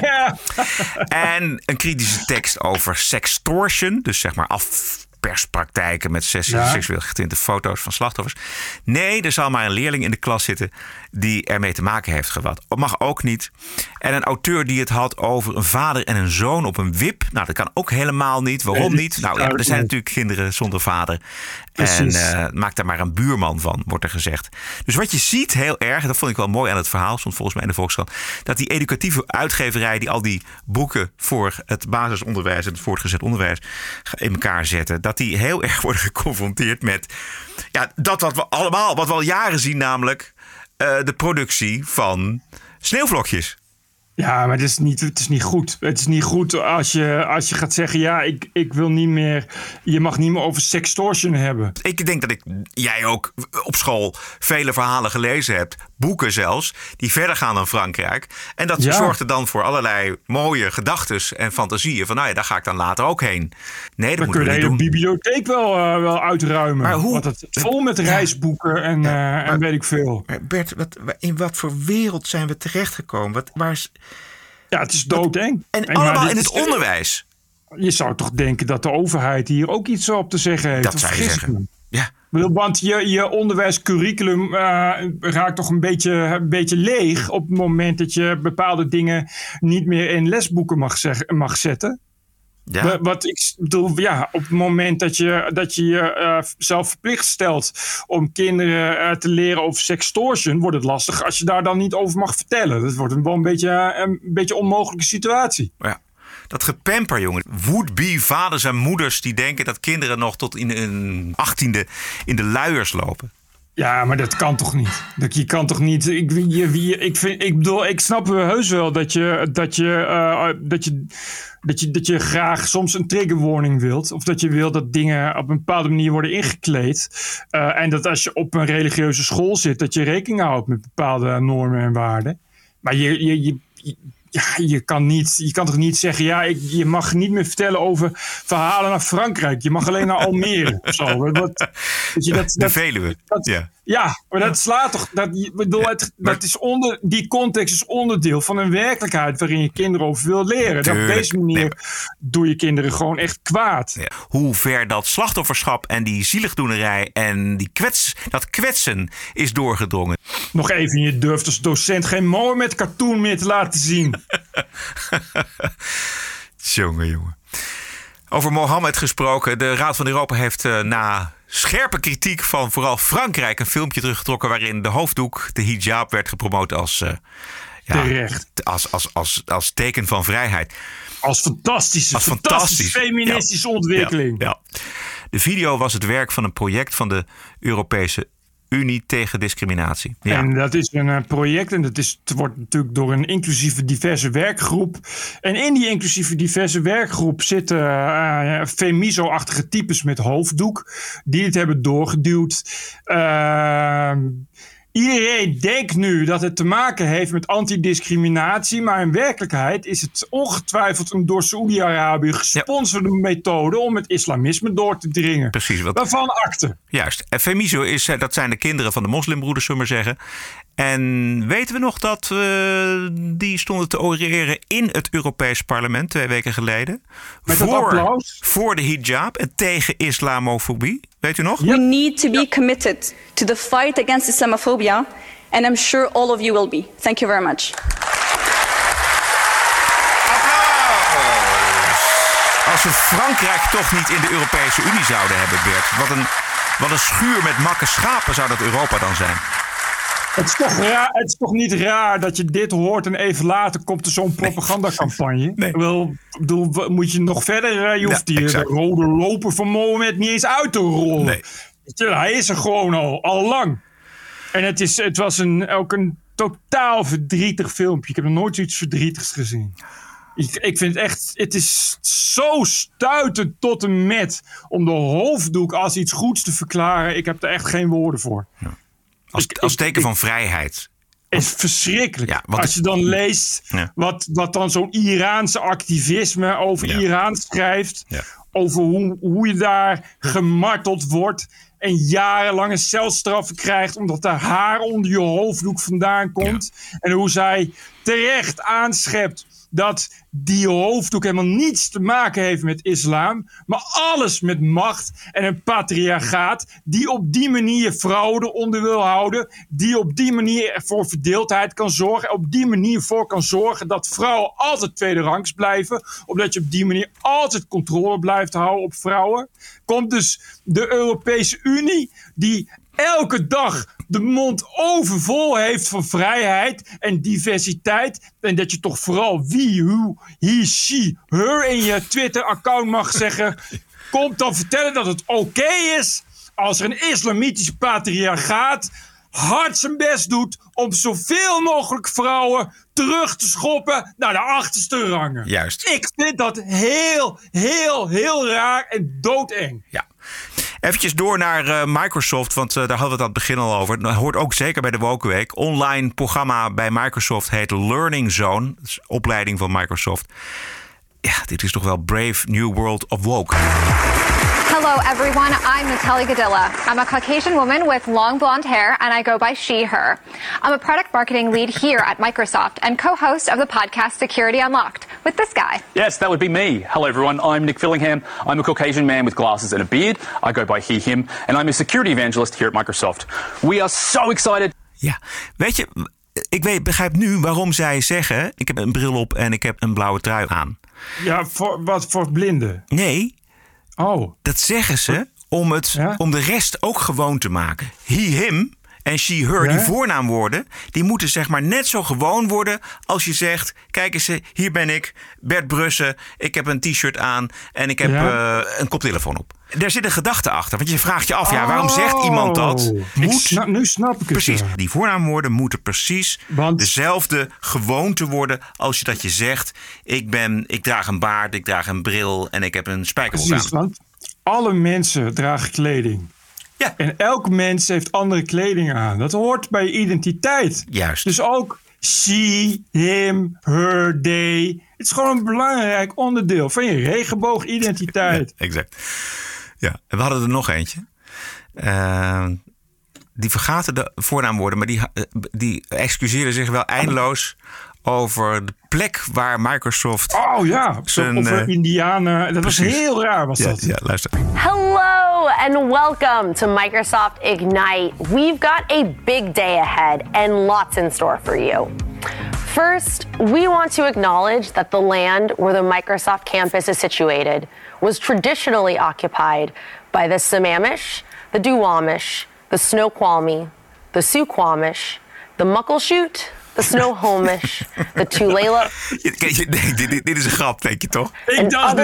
En een kritische tekst over sextortion. Dus zeg maar perspraktijken met seksueel getinte foto's van slachtoffers. Nee, er zal maar een leerling in de klas zitten die ermee te maken heeft gehad. Dat mag ook niet. En een auteur die het had over een vader en een zoon op een wip. Nou, dat kan ook helemaal niet. Waarom niet? Nou ja, er zijn natuurlijk kinderen zonder vader. Precies. En maak daar maar een buurman van, wordt er gezegd. Dus wat je ziet heel erg, en dat vond ik wel mooi aan het verhaal, stond volgens mij in de Volkskrant, dat die educatieve uitgeverij die al die boeken voor het basisonderwijs en het voortgezet onderwijs in elkaar zetten, dat die heel erg worden geconfronteerd met dat wat we al jaren zien, namelijk de productie van sneeuwvlokjes. Ja, maar het is niet goed. Het is niet goed als je gaat zeggen, ik wil niet meer, je mag niet meer over sextortion hebben. Ik denk dat jij ook op school vele verhalen gelezen hebt, boeken zelfs, die verder gaan dan Frankrijk. En dat zorgt er dan voor allerlei mooie gedachtes en fantasieën van, daar ga ik dan later ook heen. Nee, dat moeten we niet doen. Dan kun je de hele bibliotheek wel uitruimen. Maar hoe? Want het is vol met reisboeken en weet ik veel. Maar Bert, in wat voor wereld zijn we terechtgekomen? Ja, het is doodeng. En allemaal in het onderwijs. Je zou toch denken dat de overheid hier ook iets op te zeggen heeft. Dat zou je zeggen. Ja. Want je onderwijscurriculum raakt toch een beetje leeg op het moment dat je bepaalde dingen niet meer in lesboeken mag zetten. Ja. Wat ik bedoel, op het moment dat je zelf verplicht stelt om kinderen te leren over sextortion, wordt het lastig als je daar dan niet over mag vertellen. Dat wordt wel een beetje onmogelijke situatie. Ja. Dat gepamper, jongen. Would-be vaders en moeders die denken dat kinderen nog tot in hun 18e in de luiers lopen. Ja, maar dat kan toch niet? Je kan toch niet. Ik snap heus wel dat je graag soms een trigger warning wilt. Of dat je wil dat dingen op een bepaalde manier worden ingekleed. En dat als je op een religieuze school zit, dat je rekening houdt met bepaalde normen en waarden. Maar je kan toch niet zeggen, je mag niet meer vertellen over verhalen naar Frankrijk. Je mag alleen naar Almere of zo. De Veluwe. Ja, maar dat slaat toch. Die context is onderdeel van een werkelijkheid waarin je kinderen over wil leren. En op deze manier doe je kinderen gewoon echt kwaad. Ja. Hoe ver dat slachtofferschap en die zieligdoenerij en dat kwetsen is doorgedrongen. Nog even, je durft als docent geen Mohammed cartoon meer te laten zien. Jongen. Over Mohammed gesproken. De Raad van Europa heeft na scherpe kritiek van vooral Frankrijk een filmpje teruggetrokken waarin de hoofddoek, de hijab, werd gepromoot als terecht. Als teken van vrijheid. Als fantastische feministische ontwikkeling. Ja. De video was het werk van een project van de Europese Unie tegen discriminatie. Ja. En dat is een project en het wordt natuurlijk door een inclusieve diverse werkgroep. En in die inclusieve diverse werkgroep zitten Femiso-achtige types met hoofddoek die het hebben doorgeduwd. Iedereen denkt nu dat het te maken heeft met antidiscriminatie, maar in werkelijkheid is het ongetwijfeld een door Saoedi-Arabië gesponsorde methode om het islamisme door te dringen. Precies. Waarvan akte. Juist. En Femiso dat zijn de kinderen van de moslimbroeders, zullen we maar zeggen. En weten we nog dat die stonden te oreren in het Europees Parlement 2 weken geleden. Met het applaus. Voor de hijab en tegen islamofobie. Weet u nog? We need to be committed to the fight against Islamophobia. And I'm sure all of you will be. Thank you very much. Als we Frankrijk toch niet in de Europese Unie zouden hebben, Bert. Wat een schuur met makke schapen zou dat Europa dan zijn. Het is toch niet raar dat je dit hoort en even later komt er zo'n propagandacampagne. Nee. Moet je nog verder, je hoeft de rode loper van Mohammed niet eens uit te rollen. Nee. Hij is er gewoon al lang. En het was ook een totaal verdrietig filmpje. Ik heb nog nooit zoiets verdrietigs gezien. Ik vind echt, het is zo stuitend tot en met om de hoofddoek als iets goeds te verklaren. Ik heb er echt geen woorden voor. Ja. Als teken van vrijheid. Is verschrikkelijk. Ja, als je dan leest wat dan zo'n Iraanse activisme over Iran schrijft. Ja. Over hoe je daar gemarteld wordt. En jarenlange celstraffen krijgt omdat er haar onder je hoofddoek vandaan komt. Ja. En hoe zij terecht aanschept dat die hoofddoek helemaal niets te maken heeft met islam. Maar alles met macht en een patriarchaat die op die manier vrouwen eronder wil houden. Die op die manier voor verdeeldheid kan zorgen. Op die manier voor kan zorgen dat vrouwen altijd tweederangs blijven. Omdat je op die manier altijd controle blijft houden op vrouwen. Komt dus de Europese Unie die elke dag de mond overvol heeft van vrijheid en diversiteit. En dat je toch vooral wie, who, he, she, her in je Twitter-account mag zeggen. Komt dan vertellen dat het oké is als er een islamitische patriarchaat hard zijn best doet om zoveel mogelijk vrouwen terug te schoppen naar de achterste rangen. Juist. Ik vind dat heel, heel, heel raar en doodeng. Ja. Eventjes door naar Microsoft, want daar hadden we het aan het begin al over. Dat hoort ook zeker bij de Woke Week. Online programma bij Microsoft heet Learning Zone. Dat is opleiding van Microsoft. Ja, dit is toch wel Brave New World of Woke. Hello, everyone. I'm Natalie Gadilla. I'm a Caucasian woman with long blonde hair, and I go by she, her. I'm a product marketing lead here at Microsoft and co-host of the podcast Security Unlocked with this guy. Yes, that would be me. Hello, everyone. I'm Nick Fillingham. I'm a Caucasian man with glasses and a beard. I go by he, him, and I'm a security evangelist here at Microsoft. We are so excited. Ja, weet je, ik begrijp nu waarom zij zeggen, ik heb een bril op en ik heb een blauwe trui aan. Ja, voor blinden? Nee. Oh. Dat zeggen ze om de rest ook gewoon te maken. He, him en she, her, die voornaamwoorden, die moeten zeg maar net zo gewoon worden als je zegt, kijk eens, hier ben ik, Bert Brussen, ik heb een t-shirt aan en ik heb een koptelefoon op. Daar zit een gedachte achter, want je vraagt je af, waarom zegt iemand dat? Nu snap ik het. Precies, die voornaamwoorden moeten precies dezelfde gewoonte worden als je zegt, ik draag een baard, ik draag een bril en ik heb een spijkerbroek aan. Want alle mensen dragen kleding. Ja. En elk mens heeft andere kleding aan. Dat hoort bij je identiteit. Juist. Dus ook she, him, her, they. Het is gewoon een belangrijk onderdeel van je regenboogidentiteit. Ja, exact. Ja, en we hadden er nog eentje. Die vergaten de voornaamwoorden, maar die excuseerden zich wel eindeloos over de plek waar Microsoft... Oh ja, over Indianen. Dat was heel raar, was dat. Ja, luister. Hello and welcome to Microsoft Ignite. We've got a big day ahead and lots in store for you. First, we want to acknowledge that the land where the Microsoft campus is situated was traditionally occupied by the Sammamish, the Duwamish, the Snoqualmie, the Suquamish, the Muckleshoot, the Snohomish, the Tulalip. Dit is een grap, denk je toch? Ik dacht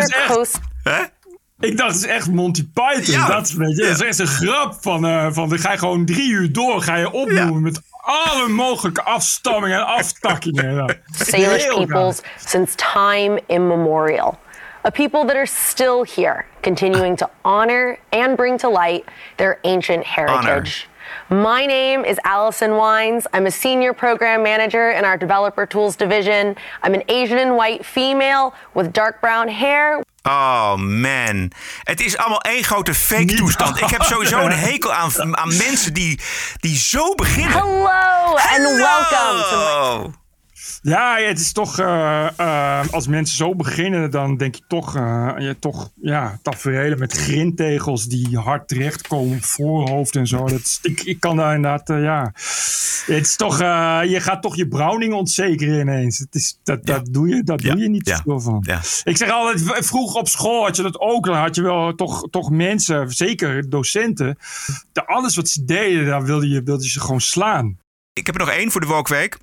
dus echt Monty Python. Ja. Dat is echt een grap van dan ga je gewoon 3 uur door, ga je opnoemen met alle mogelijke afstammingen en aftakkingen. Salish peoples since time immemorial. A people that are still here, continuing to honor and bring to light their ancient heritage. My name is Allison Wines. I'm a senior program manager in our developer tools division. I'm an Asian and white female with dark brown hair. Oh man. Het is allemaal één grote fake toestand. Ik heb sowieso een hekel aan mensen die zo beginnen. Hello and welcome to Ja, het is toch... als mensen zo beginnen, dan denk ik toch... taferelen met grindtegels die hard terechtkomen op voorhoofd en zo. Ik kan daar inderdaad... Het is toch... je gaat toch je Browning ontzekeren ineens. Dat doe je niet zoveel van. Ja. Ik zeg altijd, vroeger op school had je dat ook. Dan had je wel toch mensen, zeker docenten. Alles wat ze deden, daar wilde je ze gewoon slaan. Ik heb er nog één voor de Wookweek.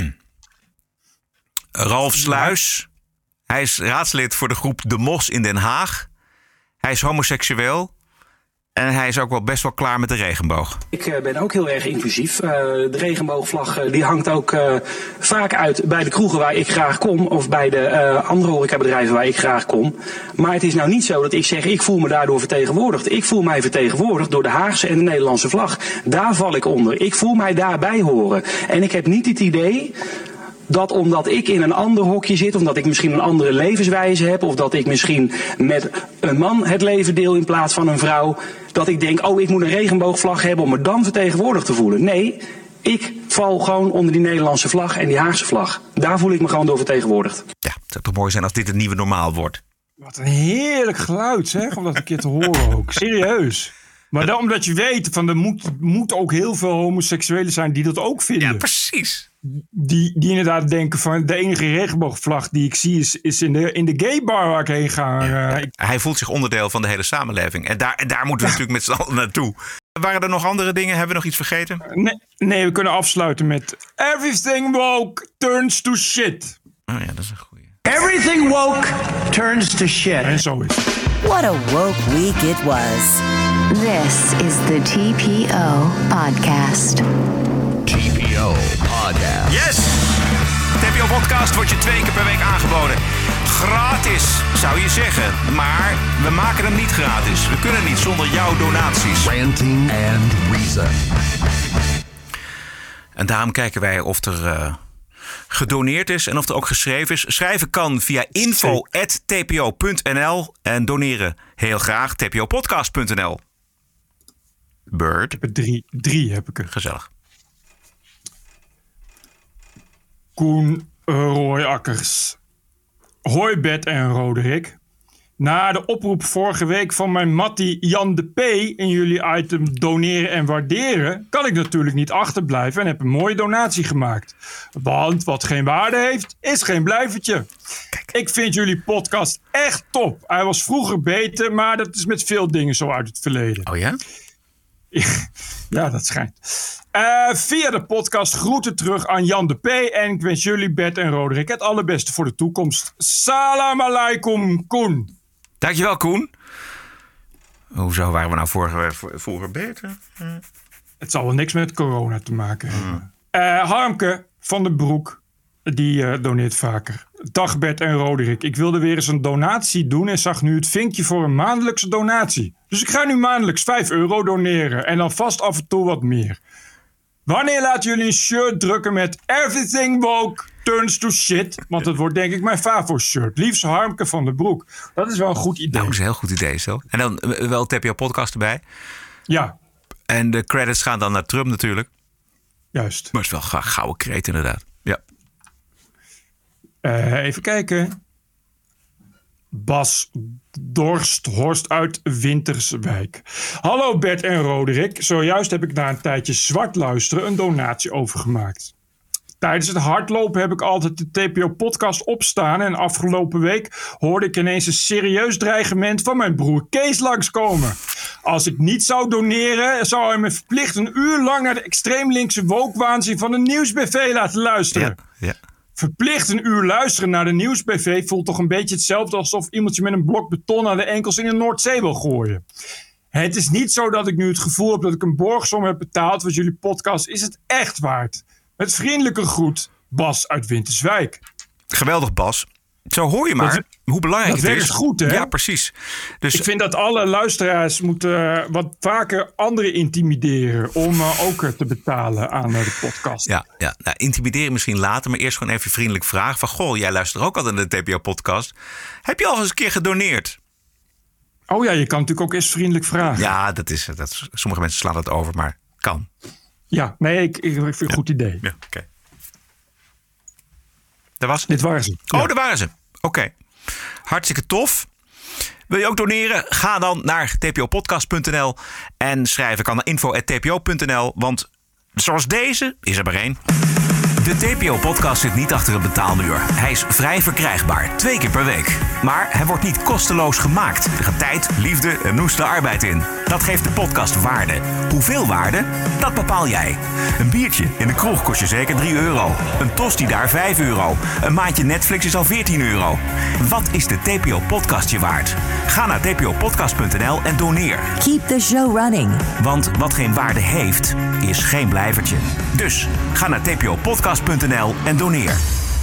Ralf Sluis. Hij is raadslid voor de groep De Mos in Den Haag. Hij is homoseksueel. En hij is ook wel best wel klaar met de regenboog. Ik ben ook heel erg inclusief. De regenboogvlag die hangt ook vaak uit bij de kroegen waar ik graag kom. Of bij de andere horecabedrijven waar ik graag kom. Maar het is nou niet zo dat ik zeg, ik voel me daardoor vertegenwoordigd. Ik voel mij vertegenwoordigd door de Haagse en de Nederlandse vlag. Daar val ik onder. Ik voel mij daarbij horen. En ik heb niet het idee... dat omdat ik in een ander hokje zit, omdat ik misschien een andere levenswijze heb, of dat ik misschien met een man het leven deel in plaats van een vrouw, dat ik denk, ik moet een regenboogvlag hebben om me dan vertegenwoordigd te voelen. Nee, ik val gewoon onder die Nederlandse vlag en die Haagse vlag. Daar voel ik me gewoon door vertegenwoordigd. Ja, het zou toch mooi zijn als dit het nieuwe normaal wordt. Wat een heerlijk geluid, zeg, om dat een keer te horen ook. Serieus. Maar dan, omdat je weet, er moet ook heel veel homoseksuelen zijn die dat ook vinden. Ja, precies. Die inderdaad denken van de enige regenboogvlag die ik zie is in de gay bar waar ik heen ga. Hij voelt zich onderdeel van de hele samenleving. En daar moeten we natuurlijk met z'n allen naartoe. Waren er nog andere dingen? Hebben we nog iets vergeten? Nee, we kunnen afsluiten met Everything woke turns to shit. Oh ja, dat is een goeie. Everything woke turns to shit. En zo is het. What a woke week it was. This is the TPO Podcast. TPO Podcast. Yes! TPO Podcast wordt je 2 keer per week aangeboden. Gratis, zou je zeggen. Maar we maken hem niet gratis. We kunnen niet zonder jouw donaties. Ranting and Reason. En daarom kijken wij of er gedoneerd is en of er ook geschreven is. Schrijven kan via info@tpo.nl en doneren heel graag tpopodcast.nl. Bird. Ik heb er drie heb ik er. Gezellig. Koen Rooiakkers. Hoi Bert en Roderick. Na de oproep vorige week van mijn mattie Jan de P. in jullie item doneren en waarderen, kan ik natuurlijk niet achterblijven en heb een mooie donatie gemaakt. Want wat geen waarde heeft, is geen blijvertje. Kijk. Ik vind jullie podcast echt top. Hij was vroeger beter, maar dat is met veel dingen zo uit het verleden. Oh ja? Ja, dat schijnt. Via de podcast groeten terug aan Jan de P. En ik wens jullie, Bert en Roderick, het allerbeste voor de toekomst. Salam alaikum, Koen. Dankjewel, Koen. Hoezo waren we nou vroeger beter? Het zal wel niks met corona te maken hebben. Harmke van den Broek, die doneert vaker. Dag Bert en Roderick. Ik wilde weer eens een donatie doen en zag nu het vinkje voor een maandelijkse donatie. Dus ik ga nu maandelijks €5 doneren en dan vast af en toe wat meer. Wanneer laten jullie een shirt drukken met Everything Woke turns to shit? Want dat wordt denk ik mijn favo-shirt. Liefst Harmke van den Broek. Dat is wel een goed idee. Nou, dat is een heel goed idee zo. En dan wel TPO Podcast erbij. Ja. En de credits gaan dan naar Trump natuurlijk. Juist. Maar het is wel gouden kreet inderdaad. Ja. Even kijken. Bas Dorsthorst uit Winterswijk. Hallo Bert en Roderick. Zojuist heb ik na een tijdje zwart luisteren een donatie overgemaakt. Tijdens het hardlopen heb ik altijd de TPO-podcast opstaan en afgelopen week hoorde ik ineens een serieus dreigement van mijn broer Kees langskomen. Als ik niet zou doneren, zou hij me verplicht een uur lang naar de extreem linkse woke-waanzin van de Nieuwsbv laten luisteren. Ja. Verplicht een uur luisteren naar de Nieuwsbv voelt toch een beetje hetzelfde alsof iemand je met een blok beton aan de enkels in de Noordzee wil gooien. Het is niet zo dat ik nu het gevoel heb dat ik een borgsom heb betaald, want jullie podcast is het echt waard. Met vriendelijke groet, Bas uit Winterswijk. Geweldig, Bas. Zo hoor je maar hoe belangrijk het is. Dat werkt goed, hè? Ja, precies. Dus ik vind dat alle luisteraars moeten wat vaker anderen intimideren om ook te betalen aan de podcast. Ja. Nou, intimideren misschien later, maar eerst gewoon even vriendelijk vragen van... Goh, jij luistert ook altijd naar de TPO-podcast. Heb je al eens een keer gedoneerd? Oh ja, je kan natuurlijk ook eerst vriendelijk vragen. Ja, sommige mensen slaan dat over, maar kan. Ja, nee, ik vind het een goed idee. Ja, oké. Daar was het? Dit waren ze. Oh, daar waren ze. Oké. Hartstikke tof. Wil je ook doneren? Ga dan naar tpopodcast.nl en schrijven kan naar info@tpo.nl. Want zoals deze is er maar één. De TPO-podcast zit niet achter een betaalmuur. Hij is vrij verkrijgbaar, 2 keer per week. Maar hij wordt niet kosteloos gemaakt. Er gaat tijd, liefde en noeste arbeid in. Dat geeft de podcast waarde. Hoeveel waarde? Dat bepaal jij. Een biertje in de kroeg kost je zeker €3. Een tosti daar €5. Een maandje Netflix is al €14. Wat is de TPO-podcast je waard? Ga naar tpopodcast.nl en doneer. Keep the show running. Want wat geen waarde heeft, is geen blijvertje. Dus ga naar tpopodcast.nl en doneer.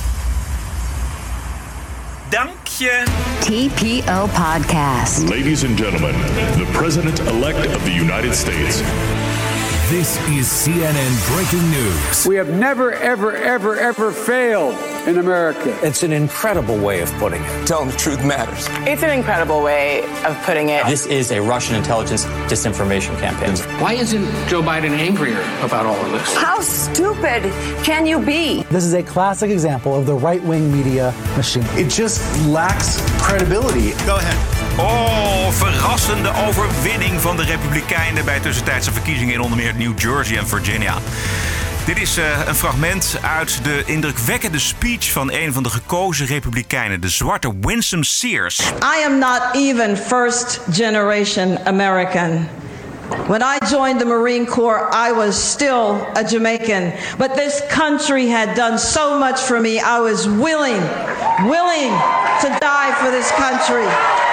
Dank je. TPO Podcast. Ladies and gentlemen, the President-elect of the United States. This is CNN breaking news. We have never, ever failed in America. It's an incredible way of putting it. Telling the truth matters. It's an incredible way of putting it. This is a Russian intelligence disinformation campaign. Why isn't Joe Biden angrier about all of this? How stupid can you be? This is a classic example of the right-wing media machine. It just lacks credibility. Go ahead. Oh, verrassende overwinning van de Republikeinen bij tussentijdse verkiezingen in onder meer New Jersey en Virginia. Dit is een fragment uit de indrukwekkende speech van een van de gekozen Republikeinen, de zwarte Winsome Sears. I am not even first generation American. When I joined the Marine Corps, I was still a Jamaican. But this country had done so much for me. I was willing to die for this country.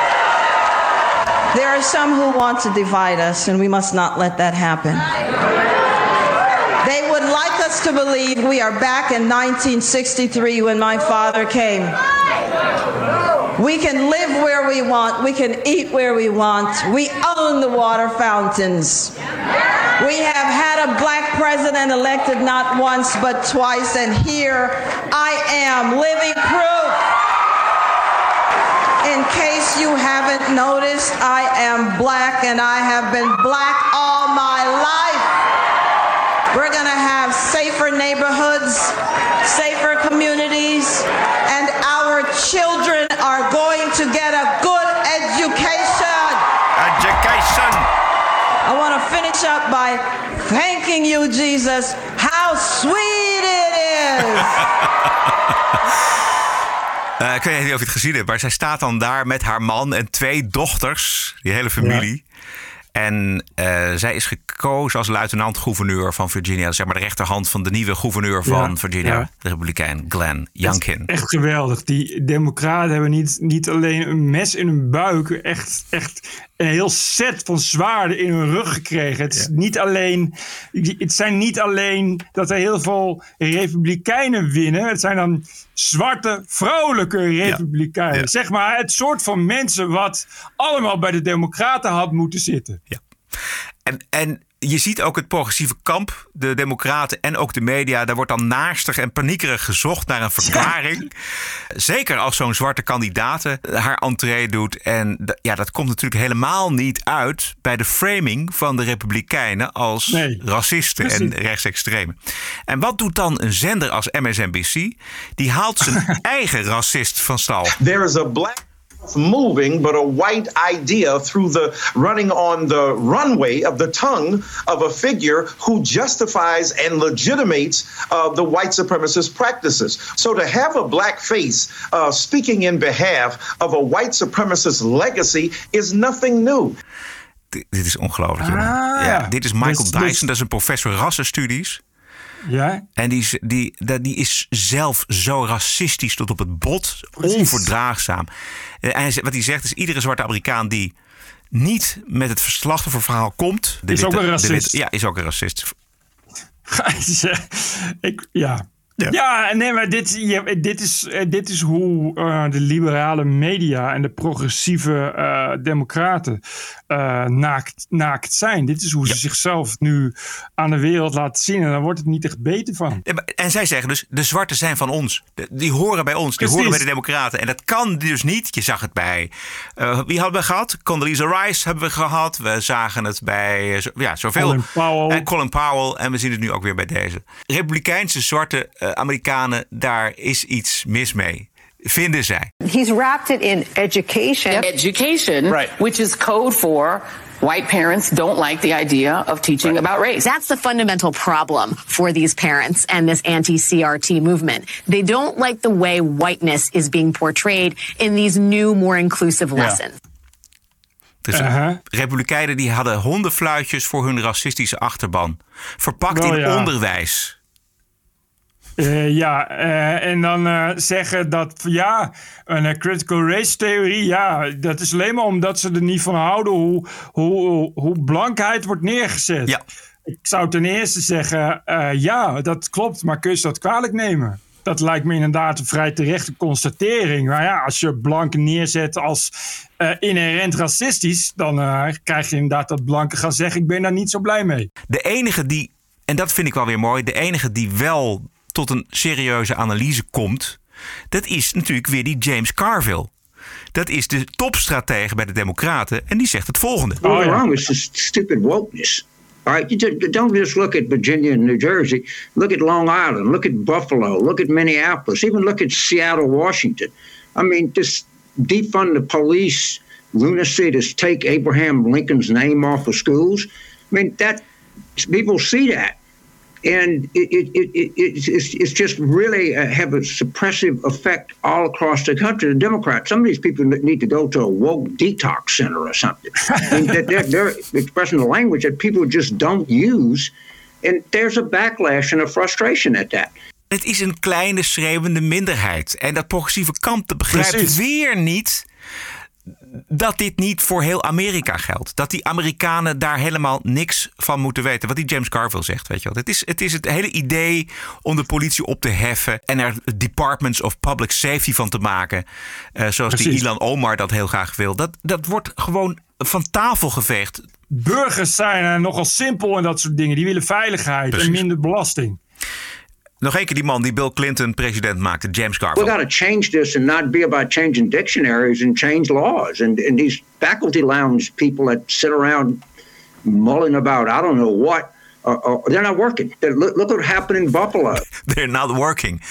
There are some who want to divide us, and we must not let that happen. They would like us to believe we are back in 1963 when my father came. We can live where we want. We can eat where we want. We own the water fountains. We have had a black president elected not once but twice, and here I am, living proof. In case you haven't noticed, I am black and I have been black all my life. We're going to have safer neighborhoods, safer communities, and our children are going to get a good education. Education. I want to finish up by thanking you, Jesus. How sweet it is. Ik weet niet of je het gezien hebt, maar zij staat dan daar met haar man en 2 dochters, die hele familie. Ja. En zij is gekozen als luitenant-gouverneur van Virginia. Zeg maar de rechterhand van de nieuwe gouverneur van Virginia. De Republikein Glenn Youngkin. Echt geweldig. Die democraten hebben niet alleen een mes in hun buik. Echt een heel set van zwaarden in hun rug gekregen. Het zijn niet alleen dat er heel veel republikeinen winnen. Het zijn dan zwarte, vrolijke republikeinen. Ja. Zeg maar het soort van mensen wat allemaal bij de democraten had moeten zitten. Ja. En je ziet ook het progressieve kamp, de democraten en ook de media. Daar wordt dan naastig en paniekerig gezocht naar een verklaring. Ja. Zeker als zo'n zwarte kandidaat haar entree doet. En dat komt natuurlijk helemaal niet uit bij de framing van de Republikeinen als racisten en rechtsextremen. En wat doet dan een zender als MSNBC? Die haalt zijn eigen racist van stal. There is a black moving, but a white idea through the running on the runway of the tongue of a figure who justifies and legitimates the white supremacist practices. So to have a black face speaking in behalf of a white supremacist legacy is nothing new. Dit is ongelooflijk. Ja, dit is Michael Dyson, dat is een professor rassenstudies. Ja? En die is zelf zo racistisch tot op het bot. Precies. Onverdraagzaam. En wat hij zegt is, iedere zwarte Amerikaan die niet met het slachtofferverhaal komt... Is ook een racist. Is ook een racist. Ja, nee, maar dit is hoe de liberale media en de progressieve democraten naakt zijn. Dit is hoe ze zichzelf nu aan de wereld laten zien. En daar wordt het niet echt beter van. En zij zeggen dus, de zwarten zijn van ons. Die horen bij ons, die horen bij de democraten. En dat kan dus niet. Je zag het bij... wie hadden we gehad? Condoleezza Rice hebben we gehad. We zagen het bij zoveel. Colin Powell. En we zien het nu ook weer bij deze. Republikeinse zwarte Amerikanen, daar is iets mis mee. Vinden zij. He's wrapped it in education. Yep. Education, right. Which is code for white parents don't like the idea of teaching about race. That's the fundamental problem for these parents and this anti-CRT movement. They don't like the way whiteness is being portrayed in these new, more inclusive lessons. Dus Republikeinen die hadden hondenfluitjes voor hun racistische achterban. Verpakt in onderwijs. En dan zeggen dat een critical race theorie, dat is alleen maar omdat ze er niet van houden hoe blankheid wordt neergezet. Ja. Ik zou ten eerste zeggen, dat klopt, maar kun je dat kwalijk nemen? Dat lijkt me inderdaad een vrij terechte constatering. Maar als je blanken neerzet als inherent racistisch, dan krijg je inderdaad dat blanken gaan zeggen, ik ben daar niet zo blij mee. De enige die, en dat vind ik wel weer mooi, de enige die wel tot een serieuze analyse komt, dat is natuurlijk weer die James Carville. Dat is de topstratege bij de Democraten en die zegt het volgende. What's wrong with this stupid wokeness? All right, don't just look at Virginia and New Jersey. Look at Long Island. Look at Buffalo. Look at Minneapolis. Even look at Seattle, Washington. I mean, just defund the police, lunacy, just take Abraham Lincoln's name off of schools. I mean, that people see that. And it's just really have a suppressive effect all across the country. The Democrats, some of these people need to go to a woke detox center or something. I mean, they're expressing the language that people just don't use. And there's a backlash and a frustration at that. Het is een kleine schreeuwende minderheid. En dat progressieve kamp begrijpt weer niet dat dit niet voor heel Amerika geldt. Dat die Amerikanen daar helemaal niks van moeten weten. Wat die James Carville zegt, weet je wel. Het is het hele idee om de politie op te heffen en er departments of public safety van te maken. Zoals die Ilhan Omar dat heel graag wil. Dat wordt gewoon van tafel geveegd. Burgers zijn nogal simpel en dat soort dingen. Die willen veiligheid en minder belasting. Nog één keer die man die Bill Clinton president maakte, James Carville. We got to change this and not be about changing dictionaries and change laws. And these faculty lounge people that sit around mulling about, I don't know what, they're not working. Look what happened in Buffalo. They're not working.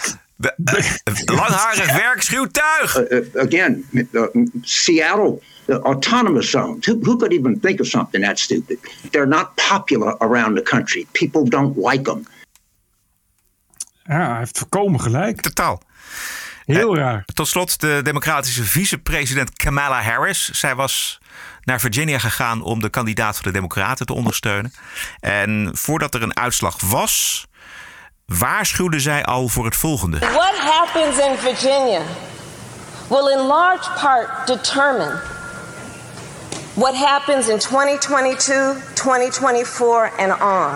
Langharig werk schuwt tuig. Again, Seattle, the autonomous zones. Who could even think of something that stupid? They're not popular around the country. People don't like them. Ja, hij heeft volkomen gelijk. Totaal. Heel raar. Tot slot de democratische vicepresident Kamala Harris. Zij was naar Virginia gegaan om de kandidaat van de Democraten te ondersteunen. En voordat er een uitslag was, waarschuwde zij al voor het volgende. What happens in Virginia will in large part determine what happens in 2022, 2024 and on.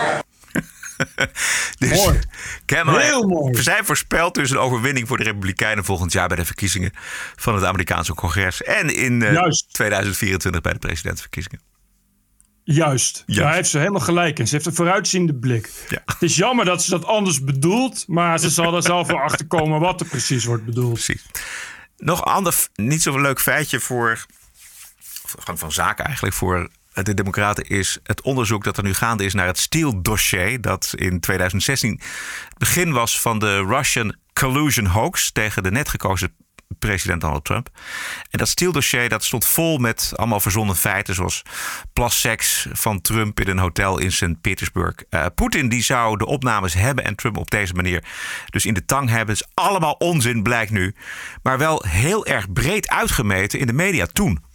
Dus mooi. Heel mooi. Zij voorspelt dus een overwinning voor de Republikeinen volgend jaar bij de verkiezingen van het Amerikaanse congres. En in 2024 bij de presidentsverkiezingen. Juist. Ja, hij heeft ze helemaal gelijk en ze heeft een vooruitziende blik. Ja. Het is jammer dat ze dat anders bedoelt, maar ze zal er zelf wel achter komen wat er precies wordt bedoeld. Precies. Nog een ander niet zo leuk feitje van zaken eigenlijk voor de Democraten is het onderzoek dat er nu gaande is naar het Steele-dossier. Dat in 2016 het begin was van de Russian collusion hoax tegen de net gekozen president Donald Trump. En dat Steele-dossier dat stond vol met allemaal verzonnen feiten, zoals plasseks van Trump in een hotel in Sint-Petersburg. Poetin die zou de opnames hebben en Trump op deze manier dus in de tang hebben. Het is allemaal onzin, blijkt nu. Maar wel heel erg breed uitgemeten in de media toen.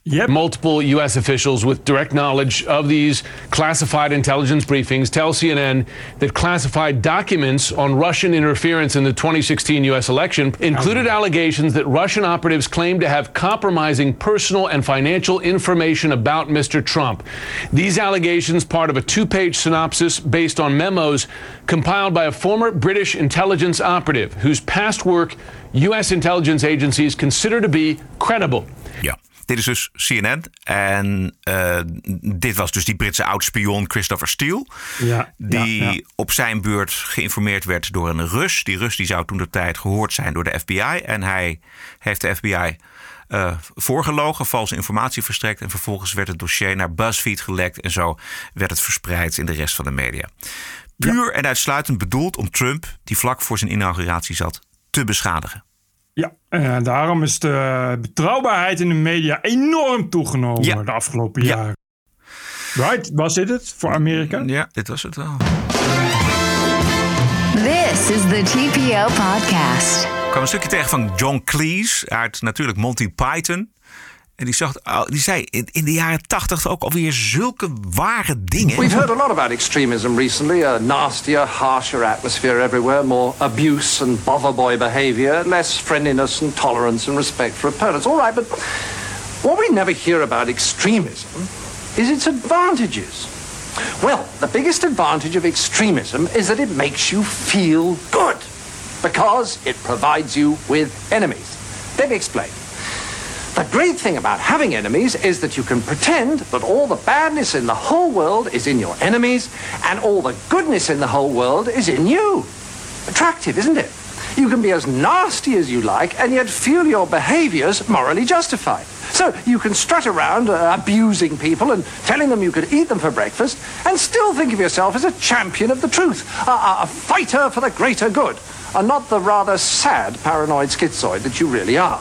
Yep. Multiple U.S. officials with direct knowledge of these classified intelligence briefings tell CNN that classified documents on Russian interference in the 2016 U.S. election included allegations that Russian operatives claimed to have compromising personal and financial information about Mr. Trump. These allegations, part of a 2-page synopsis based on memos compiled by a former British intelligence operative whose past work U.S. intelligence agencies consider to be credible. Ja. Dit is dus CNN en dit was dus die Britse oud-spion Christopher Steele. Die op zijn beurt geïnformeerd werd door een Rus. Die Rus die zou toen de tijd gehoord zijn door de FBI. En hij heeft de FBI voorgelogen, valse informatie verstrekt. En vervolgens werd het dossier naar BuzzFeed gelekt. En zo werd het verspreid in de rest van de media. Puur en uitsluitend bedoeld om Trump, die vlak voor zijn inauguratie zat, te beschadigen. Ja, en daarom is de betrouwbaarheid in de media enorm toegenomen de afgelopen jaren. Right, was dit het voor Amerika? Ja, dit was het wel. This is the TPO podcast. Ik kwam een stukje tegen van John Cleese uit natuurlijk Monty Python. En die zei in de jaren 80 ook alweer zulke ware dingen. We've heard a lot about extremism recently. A nastier, harsher atmosphere everywhere. More abuse and bother-boy behavior. Less friendliness and tolerance and respect for opponents. All right, but what we never hear about extremism is its advantages. Well, the biggest advantage of extremism is that it makes you feel good. Because it provides you with enemies. Let me explain. The great thing about having enemies is that you can pretend that all the badness in the whole world is in your enemies and all the goodness in the whole world is in you. Attractive, isn't it? You can be as nasty as you like and yet feel your behaviors morally justified. So you can strut around abusing people and telling them you could eat them for breakfast and still think of yourself as a champion of the truth, a fighter for the greater good, and not the rather sad paranoid schizoid that you really are.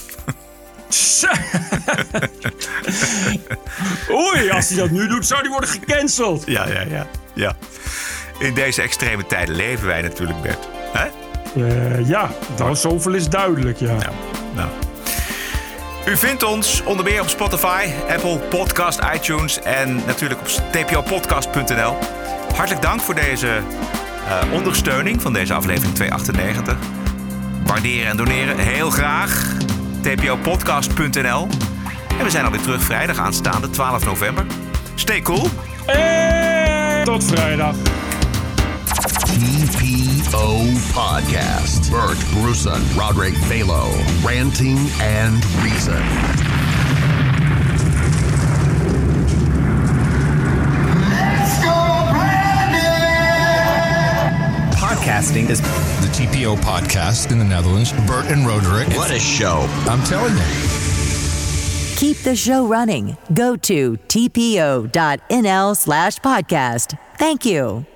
Oei, als hij dat nu doet, zou hij worden gecanceld. Ja. In deze extreme tijden leven wij natuurlijk, Bert. Hè? Zoveel is duidelijk, ja. Nou. U vindt ons onder meer op Spotify, Apple Podcast, iTunes en natuurlijk op tpopodcast.nl. Hartelijk dank voor deze ondersteuning van deze aflevering 298. Waarderen en doneren heel graag. tpopodcast.nl. En we zijn alweer terug vrijdag aanstaande 12 november. Stay cool. Tot vrijdag. TPO Podcast. Bert Brussen, Roderick Balo, Ranting and Reason. Let's go, Brandon! Podcasting is the TPO Podcast in the Netherlands. Bert and Roderick. What a show. I'm telling you. Keep the show running. Go to tpo.nl/podcast. Thank you.